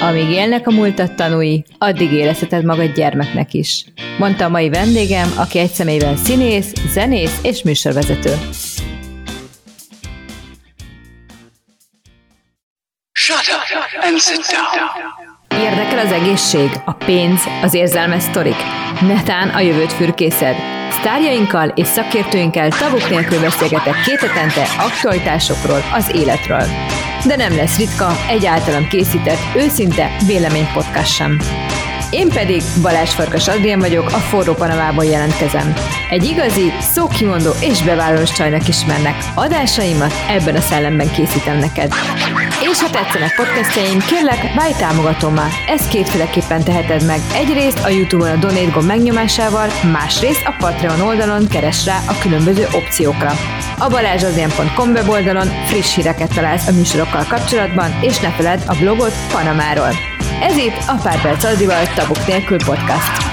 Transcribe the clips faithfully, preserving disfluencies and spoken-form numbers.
Amíg élnek a múltat tanúi, addig érezheted magad gyermeknek is. Mondta a mai vendégem, aki egy személyben színész, zenész és műsorvezető. Shut up and sit down. Érdekel az egészség, a pénz, az érzelmes sztorik? Netán a jövőt fürkészed. Sztárjainkkal és szakértőinkkel tabuk nélkül beszélgetek két hetente aktualitásokról, az életről. De nem lesz ritka, egy általam készített, őszinte véleménypodcast sem. Én pedig Balázs Farkas Adrián vagyok, a Forró Panamából jelentkezem. Egy igazi, szókimondó és bevállalós csajnak ismernek. Adásaimat ebben a szellemben készítem neked. És ha tetszenek podcastjaim, kérlek, válj támogatómmá. Ezt kétféleképpen teheted meg. Egyrészt a YouTube-on a Donate gomb megnyomásával, másrészt a Patreon oldalon keresd rá a különböző opciókra. A balázsadrián pont com weboldalon friss híreket találsz a műsorokkal kapcsolatban, és ne feledd a blogot Panamáról. Ez itt a Pár Perc Adrival Tabuk nélkül podcast.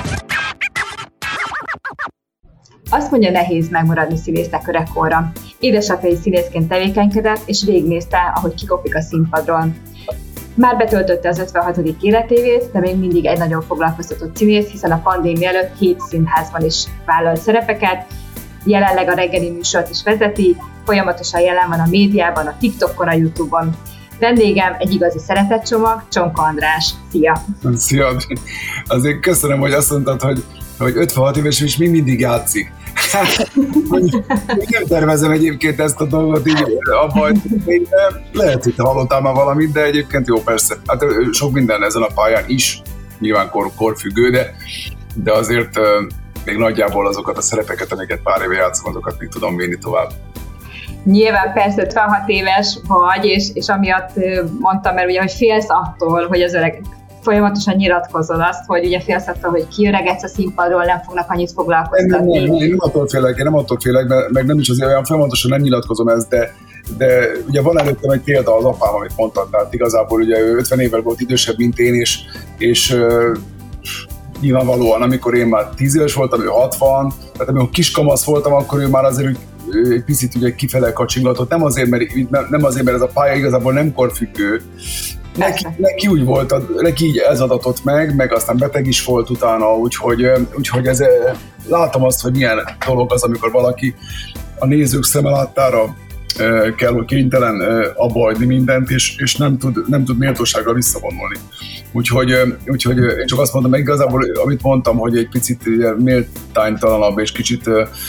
Azt mondja, nehéz megmaradni színésznek öregkorra. Édesapja is színészként tevékenykedett, és végignézte, ahogy kikopik a színpadról. Már betöltötte az ötvenhatodik életévét, de még mindig egy nagyon foglalkoztatott színész, hiszen a pandémia előtt hét színházban is vállalt szerepeket, jelenleg a reggeli műsort is vezeti, folyamatosan jelen van a médiában, a TikTokon, a YouTube-on. Vendégem egy igazi szeretetcsomag, Csonka András. Szia! Szia! Azért köszönöm, hogy azt mondtad, hogy, hogy ötvenhat éves és még mindig játszik. Nem tervezem egyébként ezt a dolgot így abba, hogy lehet, hogy te hallottál már valamit, de egyébként jó, persze. Hát sok minden ezen a pályán is, nyilván kor, korfüggő, de, de azért még nagyjából azokat a szerepeket, amiket pár éve játszom, azokat még tudom vinni tovább. Nyilván persze ötvenhat éves vagy, és, és amiatt mondtam, mert ugye, hogy félsz attól, hogy az öreg folyamatosan nyilatkozol azt, hogy ugye félsz attól, hogy kiöregedsz a színpadról, nem fognak annyit foglalkoztatni. Nem, nem, nem, én nem attól félek, én nem attól félek, mert, meg nem is azért olyan folyamatosan nem nyilatkozom ezt, de, de ugye van előttem egy példa, az apám, amit mondtad, tehát igazából ugye ő ötven évvel volt idősebb, mint én, és, és uh, nyilvánvalóan, amikor én már tíz éves voltam, ő hatvan, tehát amikor kiskamasz voltam, akkor ő már azért egy picit ugye kifele kacsingatott, nem azért, mert, nem azért, mert ez a pálya igazából nem korfüggő. Neki, neki úgy volt, neki így ez adatott meg, meg aztán beteg is volt utána, úgyhogy, úgyhogy ez, látom azt, hogy milyen dolog az, amikor valaki a nézők szeme láttára kell, hogy kénytelen abba hagyni mindent, és, és nem, tud, nem tud méltósággal visszavonulni. Úgyhogy, úgyhogy én csak azt mondtam, meg igazából, amit mondtam, hogy egy picit méltánytalanabb, és kicsit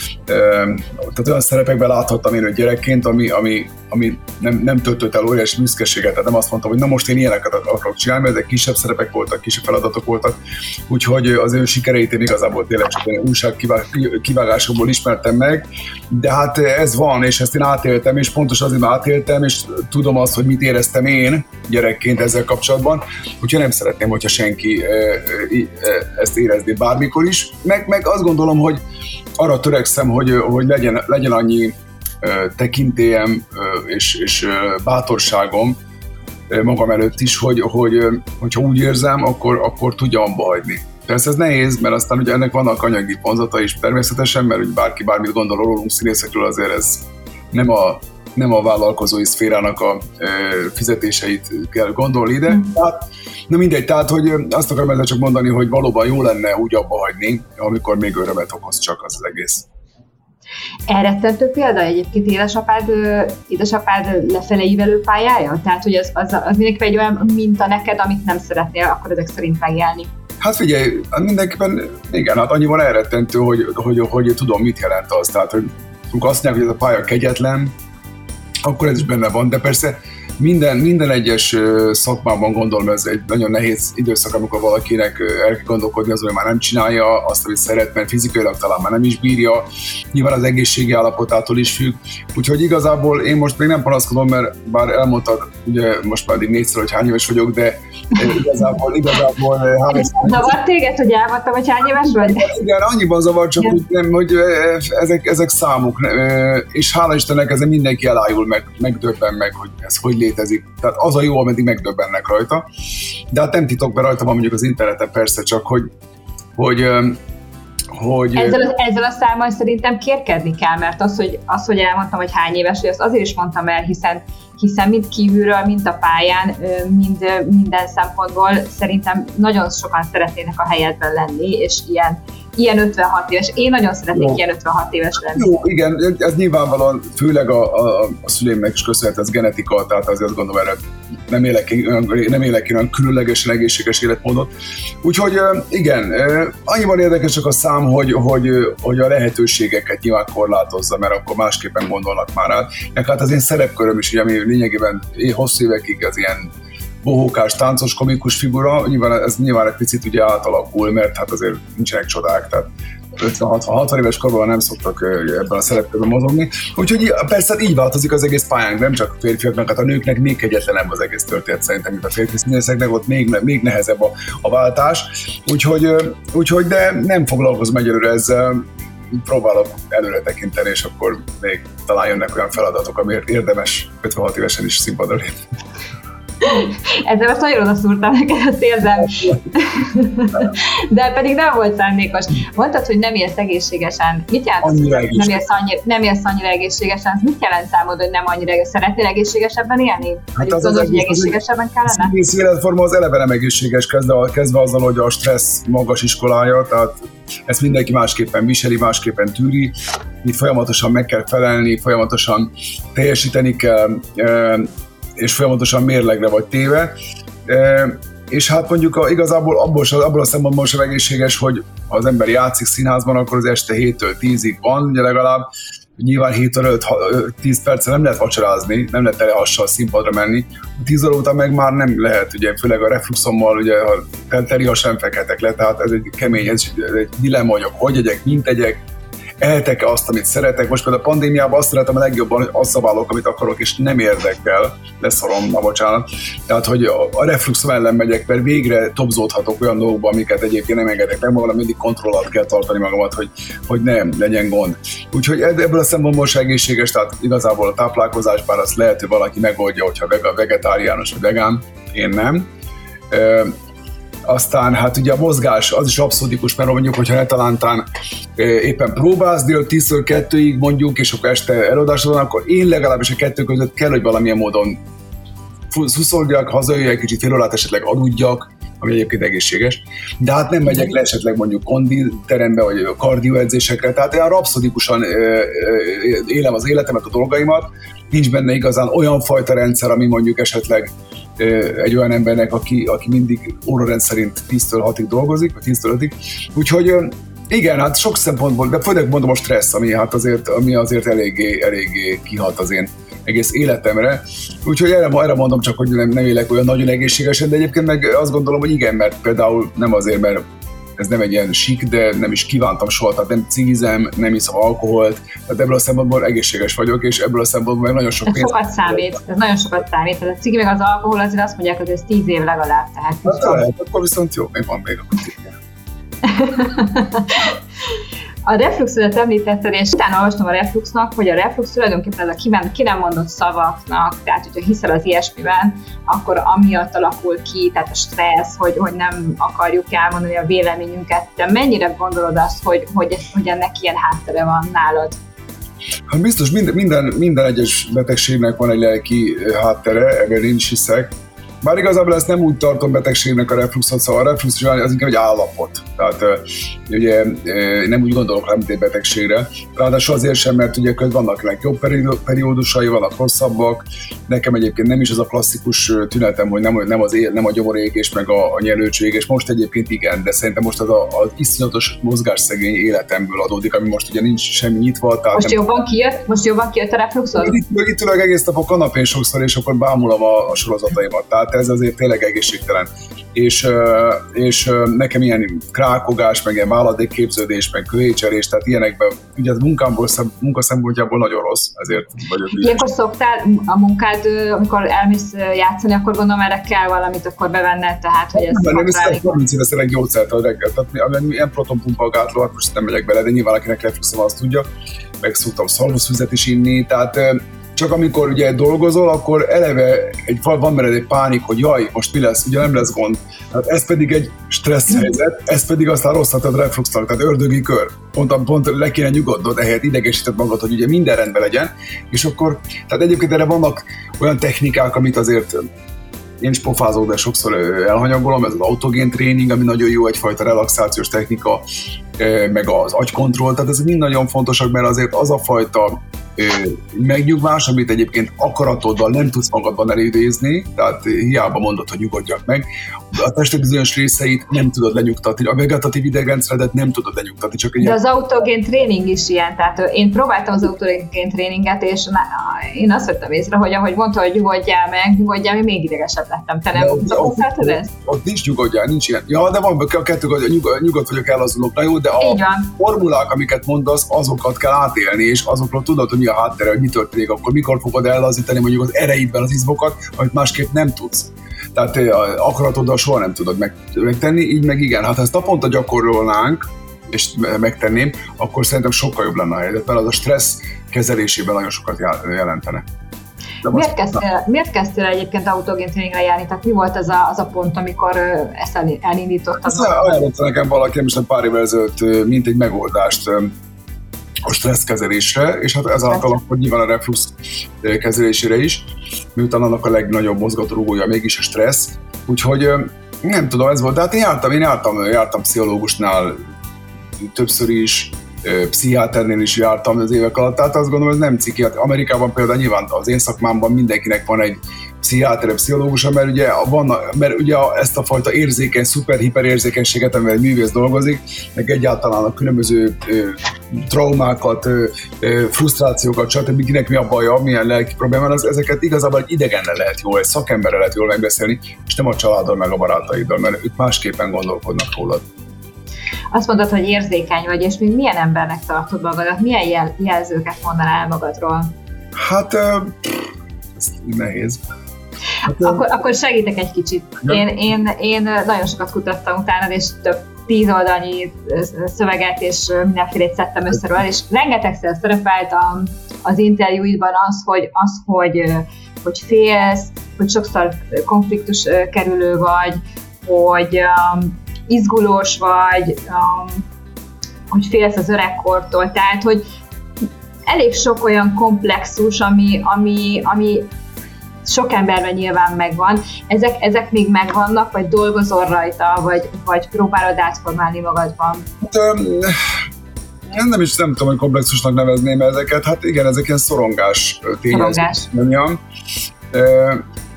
tehát olyan szerepekben láthattam én gyerekként, ami, ami, ami nem, nem töltött el óriási büszkeséget. Tehát nem azt mondtam, hogy na most én ilyeneket akarok csinálni, mert ezek kisebb szerepek voltak, kisebb feladatok voltak, úgyhogy az ő sikereit én igazából tényleg csak újságkivágásokból ismertem meg, de hát ez van, és ezt én átéltem, és pontosan azért átéltem, és tudom azt, hogy mit éreztem én gyerekként ezzel kapcsolatban, úgyhogy nem szeretném, hogyha senki ezt érezné bármikor is. Meg, meg azt gondolom, hogy arra törekszem, hogy, hogy legyen, legyen annyi tekintélyem és, és bátorságom magam előtt is, hogy, hogy hogyha úgy érzem, akkor, akkor tudja abba hagyni. Persze ez nehéz, mert aztán ugye ennek vannak anyagi vonzata is természetesen, mert ugye bárki bármit gondol rólunk színészekről, azért ez nem a, nem a vállalkozói szférának a e, fizetéseit kell gondolni ide. Tehát, na mindegy, tehát hogy azt akarom ezzel csak mondani, hogy valóban jó lenne úgy abba hagyni, amikor még örömet okoz csak az, az egész. Elrettentő példa egyébként édesapád, édesapád lefele ívelő pályája? Tehát, hogy az, az, az mindenképpen egy olyan minta neked, amit nem szeretnél akkor ezek szerint megélni? Hát figyelj, mindenképpen igen, hát annyi van elrettentő, hogy, hogy, hogy, hogy tudom, mit jelent az. Tehát, hogy amikor azt mondják, hogy ez a pálya kegyetlen, akkor ez is benne van, de persze minden, minden egyes szakmában gondolom, ez egy nagyon nehéz időszak, amikor valakinek el kell gondolkodni azon, hogy már nem csinálja azt, amit szeret, mert fizikailag talán már nem is bírja, nyilván az egészségi állapotától is függ, úgyhogy igazából én most még nem panaszkodom, mert bár elmondtad, ugye most már eddig négyszer, hogy hány éves vagyok, de igazából, igazából... Zavart téged, hogy elmondtam, hogy hány éves vagy? Igen, annyiban zavar, csak úgy nem, hogy ezek, ezek számok, és hála Istennek ezen mindenki elájul, meg, megdöbben meg, hogy ez hogy létezik. Tehát az a jó, ameddig megdöbbennek rajta. De hát nem titok, mert rajta van mondjuk az interneten persze, csak hogy... hogy, hogy ezzel, a, ezzel a számmal szerintem kérkedni kell, mert az, hogy, az, hogy elmondtam, hogy hány éves, hogy azt azért is mondtam el, hiszen, hiszen mind kívülről, mind a pályán, mind minden szempontból szerintem nagyon sokan szeretnének a helyedben lenni, és ilyen, ilyen ötvenhat éves. Én nagyon szeretnék Jó. ilyen ötvenhat éves lenni. Jó, igen, ez nyilvánvalóan főleg a, a, a szüleimnek is köszönhet, ez genetika, tehát azért azt gondolom, erre nem élek, nem élek olyan különlegesen egészséges életmódot. Úgyhogy igen, annyiban érdekes csak a szám, hogy, hogy, hogy a lehetőségeket nyilván korlátozza, mert akkor másképpen gondolnak már át. Hát az én szerepköröm is, ugye, ami lényegében hosszú évekig az ilyen bohókás, táncos, komikus figura, nyilván ez nyilván egy picit ugye átalakul, mert hát azért nincsenek csodák, tehát ötven-hatvan éves korban nem szoktak ebben a szerepkörben mozogni. Úgyhogy persze így változik az egész pályánk, nem csak a férfiaknak, hát a nőknek még kegyetlenebb az egész történet szerintem, mint a férfi színészeknek, ott még, még nehezebb a, a váltás. Úgyhogy, úgyhogy, de nem foglalkozom egyelőre ezzel, próbálok előre tekinteni, és akkor még talán jönnek olyan feladatok, amiért érdemes ötvenhat évesen is színpadra lépni. Ezzel most nagyon odaszúrtam neked, azt érzem. De pedig nem volt szándékos. Mondtad, hogy nem élsz egészségesen. Mit jelent az, hogy nem élsz, annyira, nem élsz annyira egészségesen? Mit jelent számodra, hogy nem annyira egészséges? Szeretnél egészségesebben élni? Vagy hát az, az hogy egészségesebben kellene? Az egész életforma az eleve nem egészséges, kezdve, kezdve azzal, hogy a stressz magas iskolája, tehát ezt mindenki másképpen viseli, másképpen tűri. Itt folyamatosan meg kell felelni, folyamatosan teljesíteni kell, és folyamatosan mérlegre vagy téve. E, és hát mondjuk a, igazából abból, abból a szempontból sem egészséges, hogy ha az ember játszik színházban, akkor az este héttől tízig van, ugye legalább. Nyilván héttől öt-tíz percen nem lehet vacsorázni, nem lehet telehassal színpadra menni. tíz óra után meg már nem lehet, ugye, főleg a refluxommal, ugye, ha teli has nem fekhetek le, tehát ez egy kemény, ez egy dilemma, hogy hogy egyek, mint egyek, eltek-e azt, amit szeretek. Most például a pandémiában azt szeretem a legjobban, hogy azt szabálok, amit akarok, és nem érdekel, leszorom, na bocsánat. Tehát, hogy a refluxom ellen megyek, mert végre tobzódhatok olyan dolgokba, amiket egyébként nem engedek meg magam, mindig kontroll alatt kell tartani magamat, hogy, hogy nem legyen gond. Úgyhogy ebből a szempontból se egészséges, tehát igazából a táplálkozás, bár azt lehet, hogy valaki megoldja, hogyha vegetáriánus vagy vegán, én nem. Aztán hát ugye a mozgás az is abszurdikus, mert mondjuk, hogyha netalántán éppen próbálsz dél tíztől kettőig mondjuk, és akkor este előadásod van, akkor én legalábbis a kettő között kell, hogy valamilyen módon szuszoljak, hazajöjjek, kicsit fél órát esetleg aludjak, ami egyébként egészséges, de hát nem megyek le esetleg mondjuk konditerembe, vagy kardioedzésekre, tehát én rapszodikusan élem az életemet, a dolgaimat, nincs benne igazán olyan fajta rendszer, ami mondjuk esetleg egy olyan embernek, aki, aki mindig órarend szerint tíztől hatig dolgozik, vagy tíztől ötig. Úgyhogy igen, hát sok szempontból, de főleg mondom a stressz, ami, hát azért, ami azért eléggé, eléggé kihat az én egész életemre. Úgyhogy erre, erre mondom csak, hogy nem, nem élek olyan nagyon egészségesen, de egyébként meg azt gondolom, hogy igen, mert például nem azért, mert ez nem egy ilyen sík, de nem is kívántam soha, tehát nem cigizem, nem iszom alkoholt, tehát ebből a szempontból egészséges vagyok, és ebből a szempontból meg nagyon sok pénz. Ez sokat számít, ez nagyon sokat számít, tehát a cigi meg az alkohol azért azt mondják, hogy ez tíz év legalább, tehát... Hát lehet, akkor viszont jó, még van még a A refluxodat említetted, és utána olvastam a refluxnak, hogy a reflux tulajdonképpen ez a ki nem mondott szavaknak, tehát hogyha hiszel az ilyesmiben, akkor amiatt alakul ki, tehát a stressz, hogy, hogy nem akarjuk elmondani a véleményünket. De mennyire gondolod azt, hogy, hogy, hogy ennek ilyen háttere van nálad? Hát biztos minden, minden, minden egyes betegségnek van egy lelki háttere, ebben én is hiszek. Bár igazából ezt nem úgy tartom betegségnek a refluxot, szóval a reflux az inkább egy állapot. Tehát ugye nem úgy gondolok rá, mint egy betegségre. Ráadásul azért sem, mert ugye közben vannak jobb periódusai, vannak rosszabbak. Nekem egyébként nem is az a klasszikus tünetem, hogy nem, nem, az, nem a gyomorégés, meg a, a nyelőcsőégés. Most egyébként igen, de szerintem most az a, az iszonyatos mozgásszegény életemből adódik, ami most ugye nincs semmi nyitva. Tehát most, jobban nem... kijött, most jobban kijött a refluxod? Itt, itt ülök egész nap a kanapén sokszor, és akkor bámulom a, a sorozataimat. Tehát ez azért tényleg egészségtelen. És, és nekem ilyen krákogás, meg ilyen váladékképződés, meg köhécserés, tehát ilyenekben, ugye a munkámból, munka szempontjából nagyon rossz, ezért vagyok. Ilyenkor szoktál a munkád, amikor elmész játszani, akkor gondolom erre kell valamit akkor bevenned, tehát hogy ez nem, nem, nem harminc éve szerek gyógyszert a reggel, tehát ilyen protonpumpa gátló, hát most nem megyek bele, de nyilván akinek refluxom azt tudja, meg szoktam szalvuszfüzet is inni, tehát csak amikor ugye dolgozol, akkor eleve egy, van benned egy pánik, hogy jaj, most mi lesz, ugye nem lesz gond. Hát ez pedig egy stressz helyzet, ez pedig aztán rosszat refluxnak, tehát ördögi kör. Pont, pont le kéne nyugodnod, ehelyett idegesíted magad, hogy ugye minden rendben legyen, és akkor, tehát egyébként erre vannak olyan technikák, amit azért én is pofázok, de sokszor elhanyagolom, ez az autogén tréning, ami nagyon jó, egyfajta relaxációs technika, meg az agykontroll, tehát ezek mind nagyon fontosak, mert azért az a fajta megnyugvás, amit egyébként akaratoddal nem tudsz magadban elidézni, tehát hiába mondod, hogy nyugodjak meg, a tested bizonyos részeit nem tudod lenyugtatni, a vegetatív idegrendszeredet nem tudod lenyugtatni. Csak de az autogén tréning is ilyen, tehát én próbáltam az autogén tréninget, és na, én azt vettem észre, hogy ahogy mondta, hogy nyugodjál meg, nyugodjál, én még idegesebb lettem. Te nem tapasztaltad ezt? Ott nincs nyugodjál, nincs ilyen. Ja, de van a kettő, hogy nyugod, nyugod vagyok, ellazulok, na jó, de a formulák, amiket mondasz, azokat kell átélni, és azokról tudod, hogy mi a háttere, hogy mi történik, akkor mikor fogod ellazítani mondjuk az ereidben az izmokat, amit másképp nem tudsz. Tehát akaratoddal soha nem tudod meg, megtenni, így meg igen. Hát ha ezt naponta gyakorolnánk, és megtenném, akkor szerintem sokkal jobb lenne a helyzet, mert az a stressz kezelésében nagyon sokat jelentene. Miért kezdtél, miért kezdtél egyébként autogén tréningre járni? Tehát mi volt az a, az a pont, amikor ezt elindítottad? Ezt ajánlotta nekem valaki, most nem pár évvel ezelőtt, mint egy megoldást a stressz kezelésre, és hát ezáltal akkor nyilván a reflux kezelésére is, miután annak a legnagyobb mozgatórugója mégis a stressz. Úgyhogy nem tudom, ez volt, de hát én jártam, én jártam, jártam pszichológusnál többször is, pszichiáternél is jártam az évek alatt, tehát azt gondolom, ez nem pszichiáter. Amerikában például nyilván az én szakmámban mindenkinek van egy pszichiáter, pszichológusa, mert ugye, van, mert ugye ezt a fajta érzékeny, szuper-hiperérzékenységet, amivel egy művész dolgozik, meg egyáltalán a különböző ö, traumákat, ö, ö, frusztrációkat, stb. Kinek mi a baja, milyen lelki probléma, az, ezeket igazából egy idegennel lehet jól, egy szakemberrel lehet jól megbeszélni, és nem a családdal meg a barátaiddal, mert ők másképpen gondolkodnak rólad. Azt mondod, hogy érzékeny vagy, és még milyen embernek tartod magadat? Milyen jel- jelzőket mondanál magadról? Hát, ez nehéz. Hát, akkor, akkor segítek egy kicsit. Ja. Én, én, én nagyon sokat kutattam utánad, és több tíz oldalnyi szöveget és mindenfélét szedtem össze róla, és rengetegszer szerepelt az interjúidban az, hogy, az, hogy, hogy félsz, hogy sokszor konfliktus kerülő vagy, hogy um, izgulós vagy, um, hogy félsz az öregkortól, tehát, hogy elég sok olyan komplexus, ami, ami, ami sok emberben nyilván megvan. Ezek, ezek még megvannak, vagy dolgozol rajta, vagy, vagy próbálod átformálni magadban? Hát, um, nem is nem tudom, hogy komplexusnak nevezném ezeket. Hát igen, ezek ilyen szorongás tényezők. Szorongás. Uh,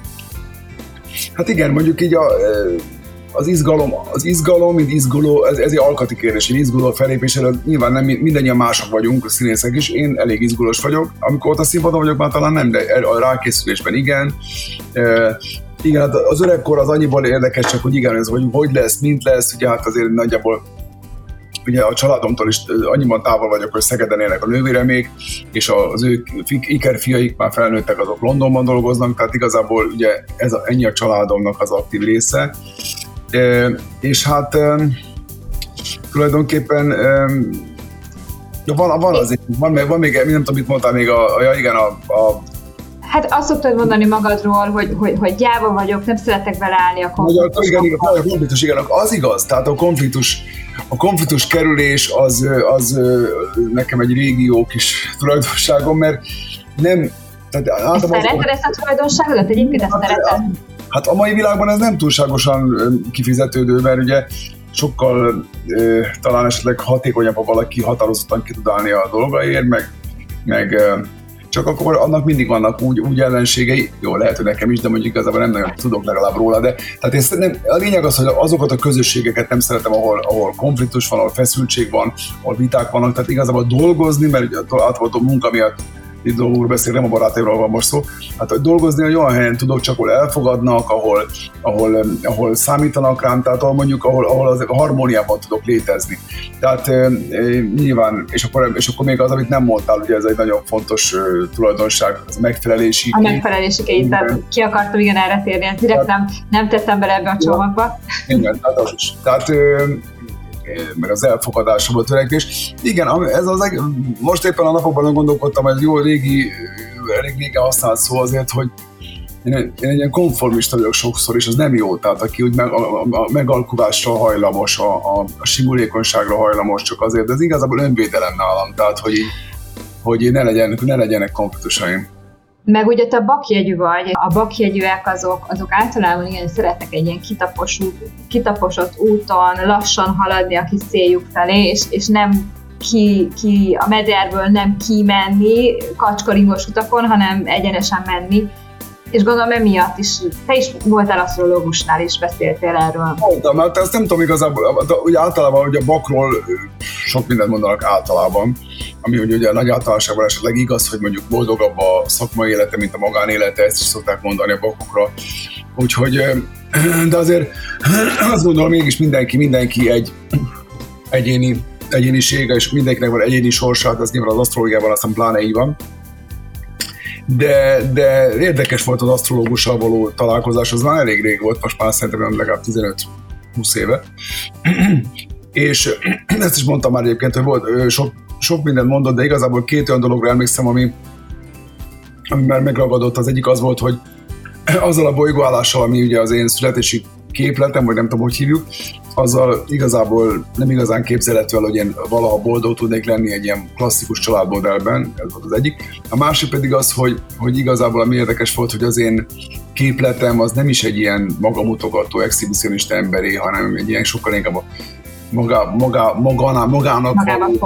hát igen, mondjuk így a... Uh, Az izgalom, az izgalom, mint izguló, ez, ez egy alkati kérdés, én izguló felépésére, nyilván nem mindannyian mások vagyunk, a színészek is, én elég izgulós vagyok, amikor ott a színpadon vagyok, már talán nem, de a rákészülésben igen. E, igen, hát az öregkor az annyiból érdekes, csak hogy igen, ez, hogy hogy lesz, mint lesz, ugye hát azért nagyjából ugye a családomtól is annyiban távol vagyok, hogy Szegeden élnek a nővéremék, és az ő ikerfiaik már felnőttek, azok Londonban dolgoznak, tehát igazából ugye ez a, ennyi a családomnak az aktív része. E, és hát e, tulajdonképpen e, ja, van, van azért, van, van, van még, nem tudom, mit mondtál még, a, a, ja, igen, a, a Hát azt szoktad mondani magadról, hogy, hogy, hogy gyáva vagyok, nem szeretek beleállni a konfliktusokba. Igen, igen, a konfliktus, igen, az igaz, tehát a konfliktus, a konfliktus kerülés az, az nekem egy régi jó kis tulajdonságom, mert nem... Tehát, ezt szereted ezt a tulajdonságodat? Egyébként ezt hát, szereted? Hát a mai világban ez nem túlságosan kifizetődő, mert ugye sokkal ö, talán esetleg hatékonyabb, ha valaki határozottan ki tud állni a dolgaiért, meg, meg ö, csak akkor annak mindig vannak úgy, úgy ellenségei, jó, lehet, hogy nekem is, de mondjuk igazából nem nagyon tudok legalább róla, de tehát ez nem, a lényeg az, hogy azokat a közösségeket nem szeretem, ahol, ahol konfliktus van, ahol feszültség van, ahol viták vannak, tehát igazából dolgozni, mert átvoltam munka miatt, itt úr beszél, nem a barátaimról van most szó, hát dolgozni egy olyan helyen tudok, csak ahol elfogadnak, ahol, ahol, ahol számítanak rám, tehát ahol mondjuk, ahol, ahol az a harmóniában tudok létezni. Tehát e, nyilván, és akkor, és akkor még az, amit nem mondtál, ugye ez egy nagyon fontos uh, tulajdonság, az a megfelelési A megfelelési kényszer, tehát ki akartam igen erre térni, ezt direkt nem, nem tettem bele ebbe a csomagba. Igen, tehát az is. Tehát, meg az elfogadásra volt törekvés. Igen, ez az, most éppen a napokban gondolkodtam, hogy jó régi elég régen használt szó azért, hogy én, én egy ilyen konformista vagyok sokszor, és az nem jó, tehát aki úgy meg, a, a megalkuvásra hajlamos, a, a, a simulékonyságra hajlamos csak azért, de ez igazából önvédelem nálam, tehát hogy, hogy ne, legyen, ne legyenek konfliktusaim. Meg ugye te bakjegyű vagy, a bakjegyűek azok, azok általában igen, szeretnek egy ilyen kitapos út, kitaposott úton lassan haladni a kis céljuk felé, és, és nem ki, ki a mederből nem kimenni kacskaringos utakon, hanem egyenesen menni. És gondolom emiatt is, te is voltál asztrológusnál is, beszéltél erről. Voltam, mert ezt nem tudom igazából, ugye általában ugye a bakról sok mindent mondanak általában, ami ugye, ugye nagy általánosságban esetleg igaz, hogy mondjuk boldogabb a szakmai élete, mint a magánélete, ezt is szokták mondani a bakokra. Úgyhogy, de azért azt gondolom, mégis mindenki, mindenki egy egyéni, egyénisége, és mindenkinek van egyéni sorsát, ez nyilván az asztrológiában aztán pláne így van. De, de érdekes volt az asztrológussal való találkozás, az már elég rég volt, most már szerintem legalább tizenöt-húsz éve. És ezt is mondtam már egyébként, hogy volt sok, sok mindent mondott, de igazából két olyan dologra emlékszem, ami, ami már megragadott. Az egyik az volt, hogy azzal a bolygóállással, ami ugye az én születési képletem, vagy nem tudom, hogy hívjuk, azzal igazából nem igazán képzelhető el, hogy én valaha boldog tudnék lenni egy ilyen klasszikus családmodellben, ez volt az egyik. A másik pedig az, hogy, hogy igazából ami érdekes volt, hogy az én képletem az nem is egy ilyen magamutogató, exhibicionista emberé, hanem egy ilyen sokkal inkább a maga, maga, magának, magának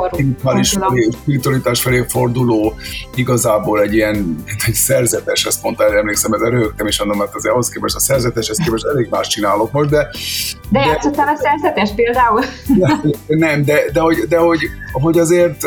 spiritualitás felé forduló, igazából egy ilyen egy szerzetes, ezt mondta, erre emlékszem, ezzel röhögtem is annak, mert azért ahhoz képest a szerzeteshez képest elég más csinálok most, de... De, de játszottál a szerzetes például? Nem, de, de, hogy, de hogy, hogy azért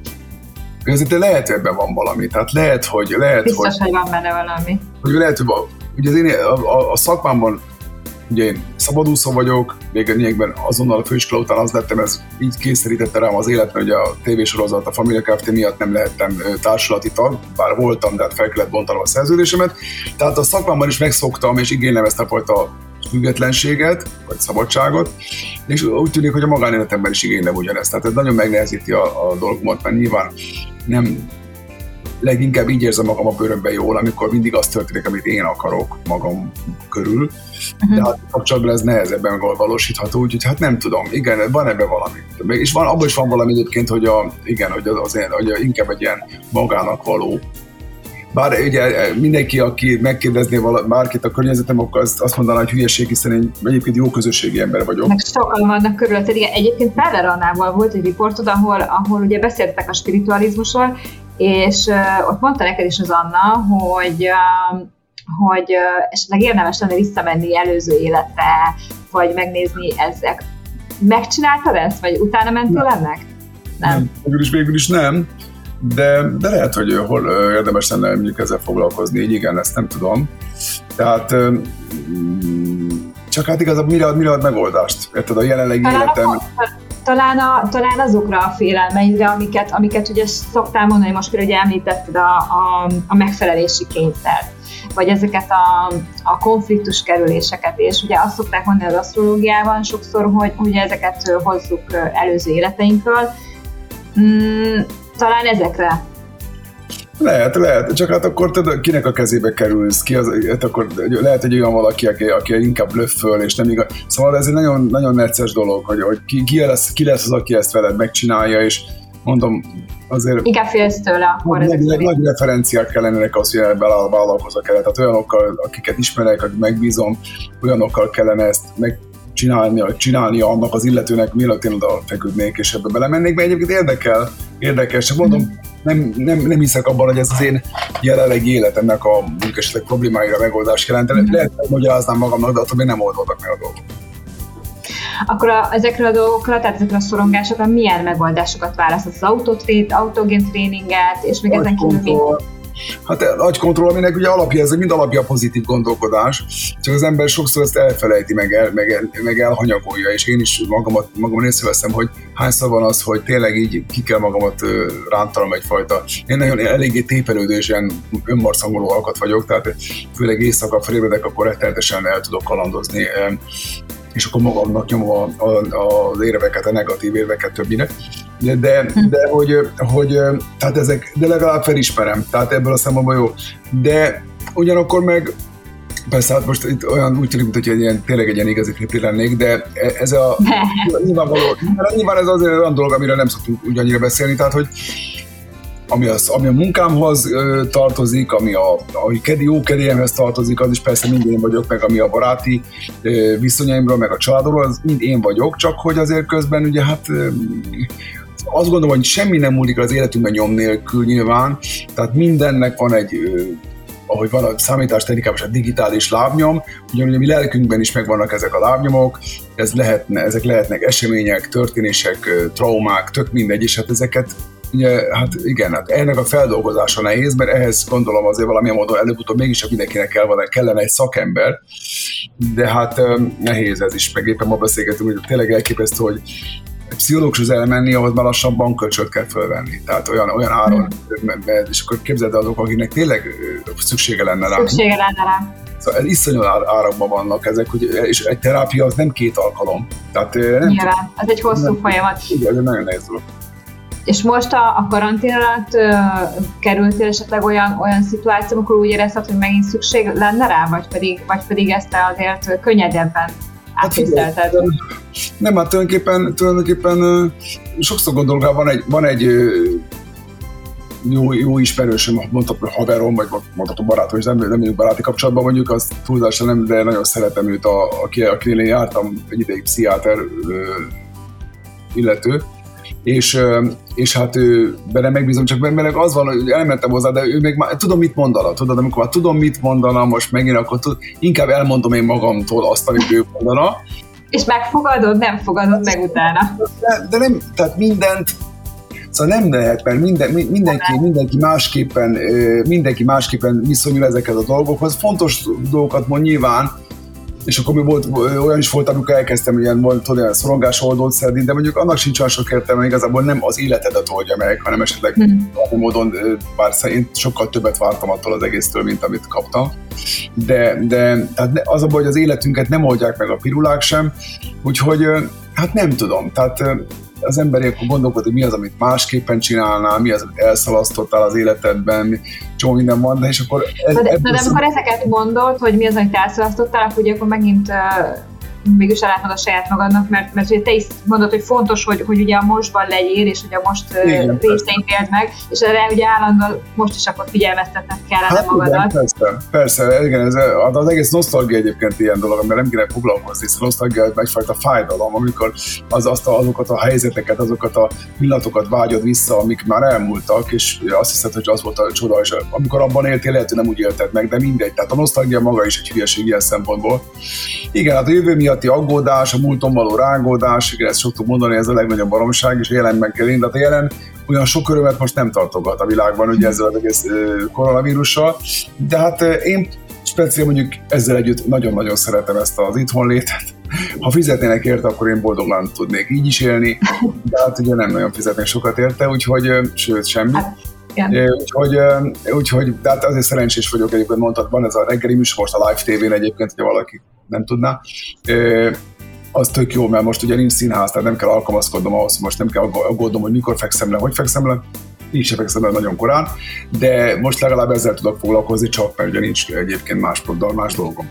azért lehet, hogy ebben van valami, tehát lehet, hogy... Lehet, biztos, hogy, hogy van benne valami. Hogy lehet, hogy ugye az én, a, a, a szakmámban ugye én szabadúszó vagyok, még lényegben azonnal a főiskola után az lettem, ez így kényszerítette rám az életben, hogy a tévésorozat, a Familia Kft. Miatt nem lehettem társulati tag, bár voltam, de hát fel kellett bontanom a szerződésemet. Tehát a szakmámban is megszoktam, és igénylem ezt a fajta függetlenséget, vagy szabadságot, és úgy tűnik, hogy a magánéletemben is igénylem ugyanezt. Tehát ez nagyon megnehezíti a, a dolgomat, mert nyilván nem leginkább így érzem magam a bőrömben jól, amikor mindig az történik, amit én akarok magam körül, uh-huh. de hát kapcsolatban ez nehezebben valósítható, úgyhogy hát nem tudom, igen, van ebben valami. És van, abban is van valami egyébként, hogy, a, igen, hogy, az, hogy inkább egy ilyen magának való. Bár ugye mindenki, aki megkérdezné bárkit a környezetem, akkor azt, azt mondaná, hogy hülyeség, hiszen én egyébként jó közösségi ember vagyok. Meg sokan vannak körülötted, igen. Egyébként Feller Annával volt egy riportod, ahol, ahol ugye beszéltek a spiritualizmusról, és uh, ott mondta neked is az Anna, hogy, uh, hogy uh, esetleg érdemes lenne visszamenni előző életre, vagy megnézni ezek. Megcsináltad ezt, vagy utána mentél ennek? Nem. nem. Végül is, végül is nem, de, de lehet, hogy hol uh, érdemes lenne mondjuk ezzel foglalkozni, így igen, ezt nem tudom. Tehát uh, csak hát igazából mire ad, mire ad megoldást? Érted, a jelenlegi talán életem... A, talán, a, talán azokra a félelmeidre, amiket, amiket ugye szoktál mondani, most például ugye említetted a, a, a megfelelési kényszert, vagy ezeket a, a konfliktus kerüléseket, és ugye azt szokták mondani az asztrológiában sokszor, hogy ugye ezeket hozzuk előző életeinkről. Mm, talán ezekre. Lehet, lehet, csak hát akkor te kinek a kezébe kerülsz, ki az, hát akkor lehet egy olyan valaki, aki, aki inkább blöfföl, és nem igaz. Szóval ez egy nagyon, nagyon necces dolog, hogy, hogy ki, ki, lesz, ki lesz az, aki ezt veled megcsinálja, és mondom, azért... Inkább félsz tőle akkor. Nagy, nagy, nagy referenciák kellenének az, hogy ebben vállalkozok el. Tehát olyanokkal, akiket ismerek, akik megbízom, olyanokkal kellene ezt meg csinálnia, csinálnia annak az illetőnek, mielőtt én oda feküdnék, és ebbe belemennék, mert egyébként érdekel, érdekes, csak mondom, nem, nem, nem hiszek abban, hogy ez az én jelenlegi életemnek a esetleg problémáira megoldást jelent. Mm-hmm. Lehet, hogy magyaráznám magamnak, de attól még nem oldódnak meg a dolgok. Akkor a, ezekről a dolgokra, tehát ezekről a szorongásokra milyen megoldásokat választasz? Az autotrét, autogén tréninget, és még ezen kívül mi? Hát agykontroll, aminek ugye alapja, ez mind alapja a pozitív gondolkodás, csak az ember sokszor ezt elfelejti, meg, el, meg, el, meg elhanyagolja, és én is magamat, magamat észreveszem, hogy hányszor van az, hogy tényleg így ki kell magamat rántanom egyfajta. Én nagyon eléggé tépelődő és ilyen önmarszangoló alkat vagyok, tehát főleg éjszaka felébredek, akkor rettenetesen el tudok kalandozni, és akkor magamnak nyomom az érveket, a negatív érveket többire. de, de, de hogy, hogy, tehát ezek, de legalább felismerem, tehát ebből a szempontból jó. De ugyanakkor meg, persze hát most itt olyan úgy tűnik, hogy egy ilyen, tényleg egy ilyen igazi flipri lennék, de ez a nyilvánvaló, nyilván ez azért olyan dolog, amire nem szoktunk úgy annyira beszélni, tehát hogy ami, az, ami a munkámhoz ö, tartozik, ami a, a kedi, jó kedélyemhez tartozik, az is persze mind én vagyok, meg ami a baráti ö, viszonyaimról, meg a családomról, az mind én vagyok, csak hogy azért közben ugye hát ö, azt gondolom, hogy semmi nem múlik az életünkben nyom nélkül nyilván, tehát mindennek van egy, ö, ahogy van a számítástechnikában a digitális lábnyom, ugyanúgy a mi lelkünkben is megvannak ezek a lábnyomok, ez lehetne, ezek lehetnek események, történések, traumák, tök mindegy, és hát ezeket ugye, hát igen, hát ennek a feldolgozása nehéz, mert ehhez gondolom azért valamilyen módon előbb-utóbb mégis mindenkinek kell, kellene egy szakember, de hát nehéz ez is, meg éppen ma beszélgetünk, hogy tényleg elképesztő, hogy egy pszichológushoz elmenni, ahhoz már lassan bankkölcsöt kell fölvenni, tehát olyan, olyan áron, mm. és akkor képzeld azok, akiknek tényleg szüksége lenne rá. Szüksége lenne rá. Szóval iszonyú árakban vannak ezek, hogy, és egy terápia az nem két alkalom. Tehát nem nyilván, ez egy hosszú nem, folyamat. Igen, ez nagyon nehéz dolog. És most a, a karantén alatt ö, kerültél esetleg olyan, olyan szituáció, amikor úgy érezted, hogy megint szükség lenne rá, vagy pedig, vagy pedig ezt te azért könnyedebben átvisztelted? Hát, nem, hát tulajdonképpen, tulajdonképpen sokszor gondolok, van egy, van egy jó, jó ismerősöm, mondhatom haverom, vagy mondhatom barátom, és nem, nem vagyunk baráti kapcsolatban, mondjuk azt túlzással nem, de nagyon szeretem őt, a, aki, akinél én jártam egy ideig pszichiáter illető, és, és hát ő, benne megbízom, csak benne az van, hogy elmentem hozzá, de ő még már tudom, mit mondana, tudod, amikor már tudom, mit mondana, most megint akkor tud, inkább elmondom én magamtól azt, amit ő mondana. És megfogadod, nem fogadod meg utána. De, de nem, tehát mindent, szóval nem lehet, mert minden, mindenki, mindenki, másképpen, mindenki másképpen viszonyul ezekhez a dolgokhoz. Fontos dolgokat mond nyilván, és akkor mi volt, olyan is volt, amikor elkezdtem ilyen, volt, olyan szorongás oldót szedni, de mondjuk annak sincs olyan sok értelme, igazából nem az életedet oldja meg, hanem esetleg hmm. módon, bár én sokkal többet vártam attól az egésztől, mint amit kaptam. De, de tehát az a baj, hogy az életünket nem oldják meg a pirulák sem, úgyhogy hát nem tudom, tehát az emberi akkor gondolkod, hogy mi az, amit másképpen csinálnál, mi az, amit elszalasztottál az életedben, csomó minden van, de és akkor... Ez, de, de, de amikor ezeket mondod, hogy mi az, amit elszalasztottál, akkor ugye akkor megint uh, mégis ellátmod a saját magadnak, mert, mert ugye te is mondod, hogy fontos, hogy, hogy ugye a mostban legyél, és hogy a most uh, részeit éld meg, és erre ugye állandóan most is akkor figyelmeztetned kellene hát, magadat. Igen, persze, persze, igen, ez, az egész nosztalgia egyébként ilyen dolog, amivel nem kéne foglalkozni, hiszen a nosztalgia egyfajta fájdalom, amikor az, azt a, azokat a helyzeteket, azokat a pillanatokat vágyod vissza, amik már elmúltak, és azt hiszed, hogy az volt a csoda, és amikor abban éltél, lehet, hogy nem úgy élted meg, de mindegy. Tehát a nosztalgia maga is egy hülyeség ilyen szempontból. Igen, hát a jövő miatti aggódás, a múlton való rágódás, igen, ezt szoktuk mondani, ez a legnagyobb baromság, és a jelenben kell élni, de a jelen olyan sok örömet most nem tartogat a világban, ugye ezzel az egész koronavírussal, de hát én speciál mondjuk ezzel együtt nagyon-nagyon szeretem ezt az itthonlétet. Ha fizetnének érte, akkor én boldogan tudnék így is élni, de hát ugye nem nagyon fizetnék sokat érte, úgyhogy sőt, semmi. Úgyhogy, úgyhogy, de hát azért szerencsés vagyok, egyébként mondtad, van ez a reggeli műsor most a Live té vén egyébként, hogyha valaki nem tudná. Az tök jó, mert most ugye nincs színház, tehát nem kell alkalmazkodnom ahhoz, most nem kell aggódnom, hogy mikor fekszem le, hogy fekszem le. Így se fekszem le nagyon korán, de most legalább ezzel tudok foglalkozni, csak mert ugye nincs egyébként más, más dolgom.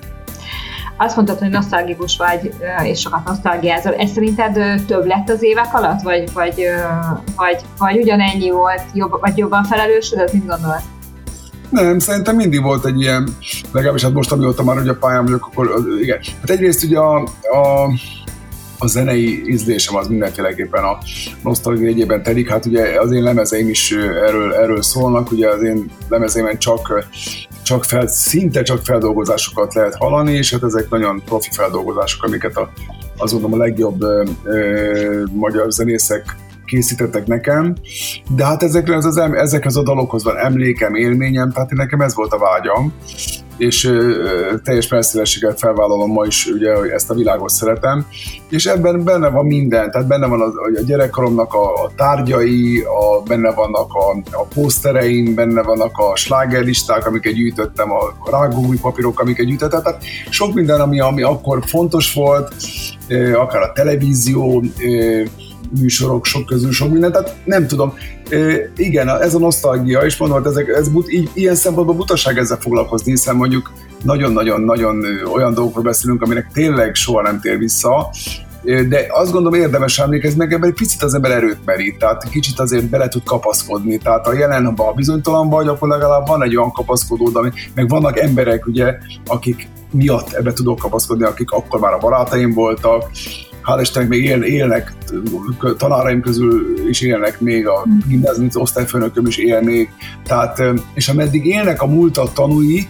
Azt mondtad, hogy nosztalgikus vagy, és sokat nosztalgiázol. Ez szerinted több lett az évek alatt, vagy, vagy, vagy, vagy ugyanennyi volt, jobb, vagy jobban felelősödött, mit gondolod? Nem, szerintem mindig volt egy ilyen, legalábbis hát most, amióta már ugye a pályán vagyok, akkor igen. Hát egyrészt ugye a, a, a zenei ízlésem az mindenféleképpen a nosztalgia jegyében telik, hát ugye az én lemezeim is erről, erről szólnak, ugye az én lemezeimen csak csak fel, szinte csak feldolgozásokat lehet hallani, és hát ezek nagyon profi feldolgozások, amiket a, azt mondom a legjobb ö, ö, magyar zenészek készítettek nekem, de hát ezekre az, az, ezekhez a dalokhoz van emlékem, élményem, tehát nekem ez volt a vágyam, és ö, teljes messzélességgel felvállalom ma is, ugye, hogy ezt a világot szeretem, és ebben benne van minden, tehát benne van a, a gyerekkoromnak a, a tárgyai, a, benne vannak a, a pósztereim, benne vannak a slágerlisták, amiket gyűjtöttem, a rágógumi papírok, amiket gyűjtöttem, tehát sok minden, ami, ami akkor fontos volt, ö, akár a televízió, ö, műsorok, sok közül sok minden, tehát nem tudom. Igen, ez a nosztalgia, és mondom, hogy ezek, ez but, így, ilyen szempontból butaság ezzel foglalkozni, hiszen mondjuk nagyon-nagyon-nagyon olyan dolgokról beszélünk, aminek tényleg soha nem tér vissza, de azt gondolom érdemes emlékezni, meg ebben egy picit az ember erőt merít, tehát kicsit azért bele tud kapaszkodni, tehát a jelenben a bizonytalan vagy, akkor legalább van egy olyan kapaszkodód, ami, meg vannak emberek, ugye, akik miatt ebbe tudok kapaszkodni, akik akkor már a barátaim voltak, hál' Istennek még él, élnek, tanáraim közül is élnek még, a gimnáziumi osztályfőnököm is él még, tehát, és ameddig élnek a múltat tanúi,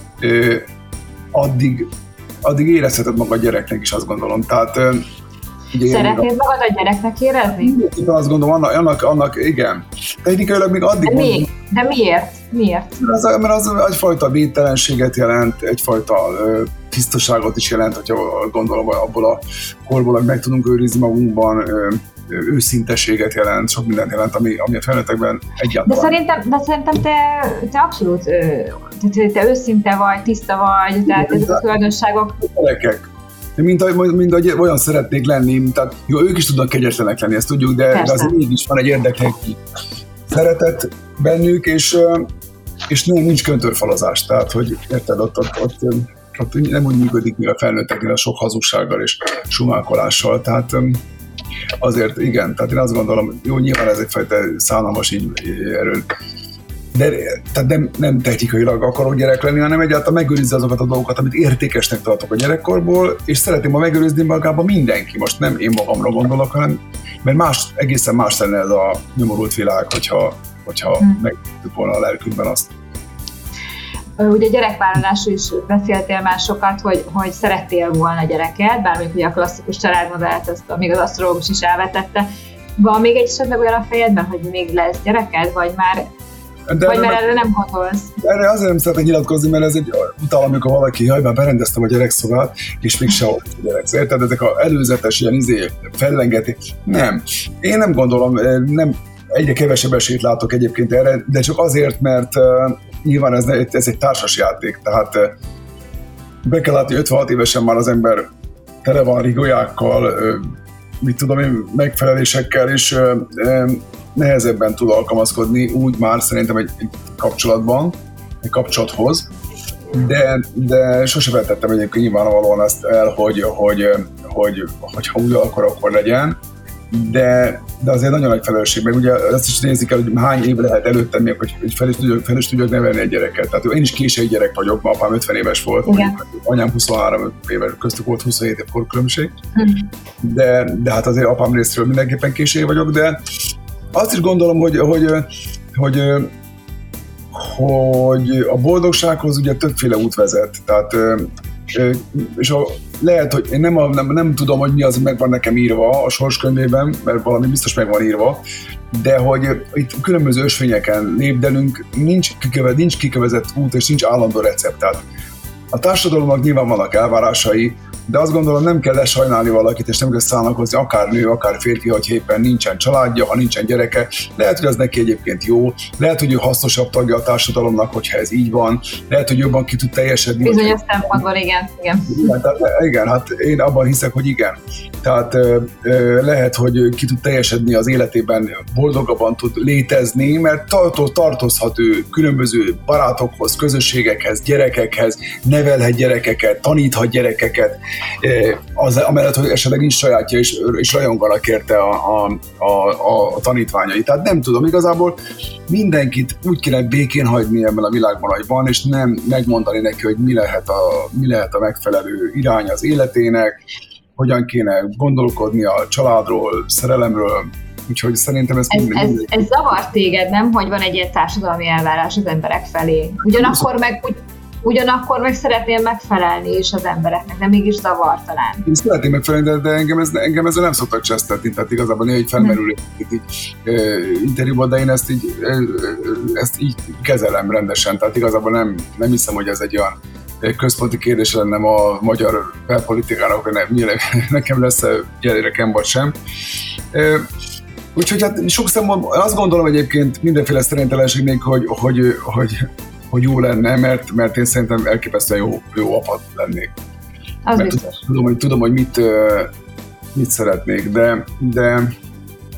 addig, addig érezheted magad gyereknek is, azt gondolom. Tehát, ugye, szeretnéd magad a gyereknek érezni? Azt gondolom, annak, annak, annak igen. Technikailag még addig... De, még? De miért? Miért? Mert az, mert az egyfajta védtelenséget jelent, egyfajta ö, tisztaságot is jelent, hogyha gondolom, abból a korból, hogy meg tudunk őrizni magunkban, ö, őszinteséget jelent, sok mindent jelent, ami, ami a felnőttekben egyáltalán. De szerintem, de szerintem te, te abszolút te, te őszinte vagy, tiszta vagy, tehát ezek a tulajdonságok... Gyerekek. Mint, mint ahogy olyan szeretnék lenni, tehát jó, ők is tudnak kegyetlenek lenni, ezt tudjuk, de, de azért mégis van egy érdekli szeretet bennük, és, és nem, nincs köntörfalazás, tehát hogy érted, ott, ott, ott, ott nem úgy működik, mint a felnőtteknél a sok hazugsággal és sumákolással, tehát azért igen, tehát én azt gondolom, jó, nyilván ez egyfajta szánalmas így erről, de tehát nem, nem technikailag akarok gyerek lenni, hanem egyáltalán megőrizni azokat a dolgokat, amit értékesnek tartok a gyerekkorból, és szeretném ma megőrizni magában mindenki. Most nem én magamra gondolok, hanem mert más, egészen más lenne ez a nyomorult világ, hogyha, hogyha hmm. megtudtuk volna a lelkünkben azt. Ugye gyerekvállalásról is beszéltél már sokat, hogy, hogy szerettél volna gyereket, bár mondjuk ugye a klasszikus családmodellt, azt még az asztrológus is elvetette. Van még egy esetleg olyan a fejedben, hogy még lesz gyereked, vagy már De vagy mert erre nem gondolsz? Erre azért nem szeretek nyilatkozni, mert ez egy utána, amikor valaki, jaj, már berendeztem a gyerekszobát, és még sehol a gyerek. Érted? Ezek az előzetes ilyen izé, fellengetés. Nem. Én nem gondolom, nem, egyre kevesebb esélyt látok egyébként erre, de csak azért, mert uh, nyilván ez, ez egy társasjáték. Tehát uh, be kell látni, ötvenhat évesen már az ember tele van rigolyákkal, uh, mit tudom én, megfelelésekkel, és uh, uh, nehezebben tud alkalmazkodni úgy már szerintem egy, egy kapcsolatban, egy kapcsolathoz, de, de sose vetettem egyébként nyilvánvalóan ezt el, hogy, hogy, hogy, hogy ha úgy akar, akkor legyen, de, de azért nagyon nagy felelősség, meg ugye ezt is nézik el, hogy hány év lehet előttem még, hogy, hogy fel is tudjak, fel is tudjak nevelni egy gyereket. Tehát én is késői gyerek vagyok, ma apám ötven éves volt, mondjuk, anyám huszonhárom éves, köztük volt huszonhét év korkülönbség, de, de hát azért apám részéről mindenképpen késői vagyok, de azt is gondolom, hogy, hogy, hogy, hogy a boldogsághoz ugye többféle út vezet. Tehát, és a, lehet, hogy én nem, nem, nem tudom, hogy mi az, meg van nekem írva a sorskönyvében, mert valami biztos meg van írva, de hogy itt különböző ösvényeken lépdelünk, nincs, kikövet, nincs kikövezett út, és nincs állandó recept. Tehát a társadalomnak nyilván vannak elvárásai, de azt gondolom, nem kell lesajnálni valakit, és nem kell szánakozni, akár nő, akár férfi, hogy éppen nincsen családja, ha nincsen gyereke. Lehet, hogy az neki egyébként jó, lehet, hogy ő hasznosabb tagja a társadalomnak, hogyha ez így van, lehet, hogy jobban ki tud teljesedni. Bizonyos szempontból igen. Igen. Igen, tehát, igen, hát én abban hiszek, hogy igen. Tehát lehet, hogy ki tud teljesedni az életében, boldogabban tud létezni, mert tartozhat ő különböző barátokhoz, közösségekhez, gyerekekhez, nevelhet gyerekeket, taníthat gyerekeket, az, amellett, hogy esetleg nincs sajátja, és, és rajonganak érte a, a, a, a tanítványai. Tehát nem tudom, igazából mindenkit úgy kéne békén hagyni ebben a világban, hogy van, és nem megmondani neki, hogy mi lehet a, mi lehet a megfelelő irány az életének, hogyan kéne gondolkodni a családról, szerelemről, úgyhogy szerintem ez... Ez, ez, ez zavar téged, nem? Hogy van egy ilyen társadalmi elvárás az emberek felé. Ugyanakkor meg... Úgy, Ugyanakkor meg szeretnél megfelelni is az embereknek, de mégis zavar talán. Én szeretném megfelelni, de, de engem, ez, engem ezzel nem szoktak csesztetni, tehát igazából néha így felmerül egy interjúban, de én ezt így, ezt így kezelem rendesen, tehát igazából nem, nem hiszem, hogy ez egy olyan központi kérdés lenne a magyar belpolitikának, hogy nem, nekem lesz gyerekem vagy sem. Úgyhogy hát sok szempontból azt gondolom egyébként mindenféle szerénytelenség még, hogy, hogy, hogy hogy jó lenne, mert, mert én szerintem elképesztően jó, jó apa lennék. Az biztos. Tudom, hogy, tudom, hogy mit, mit szeretnék, de, de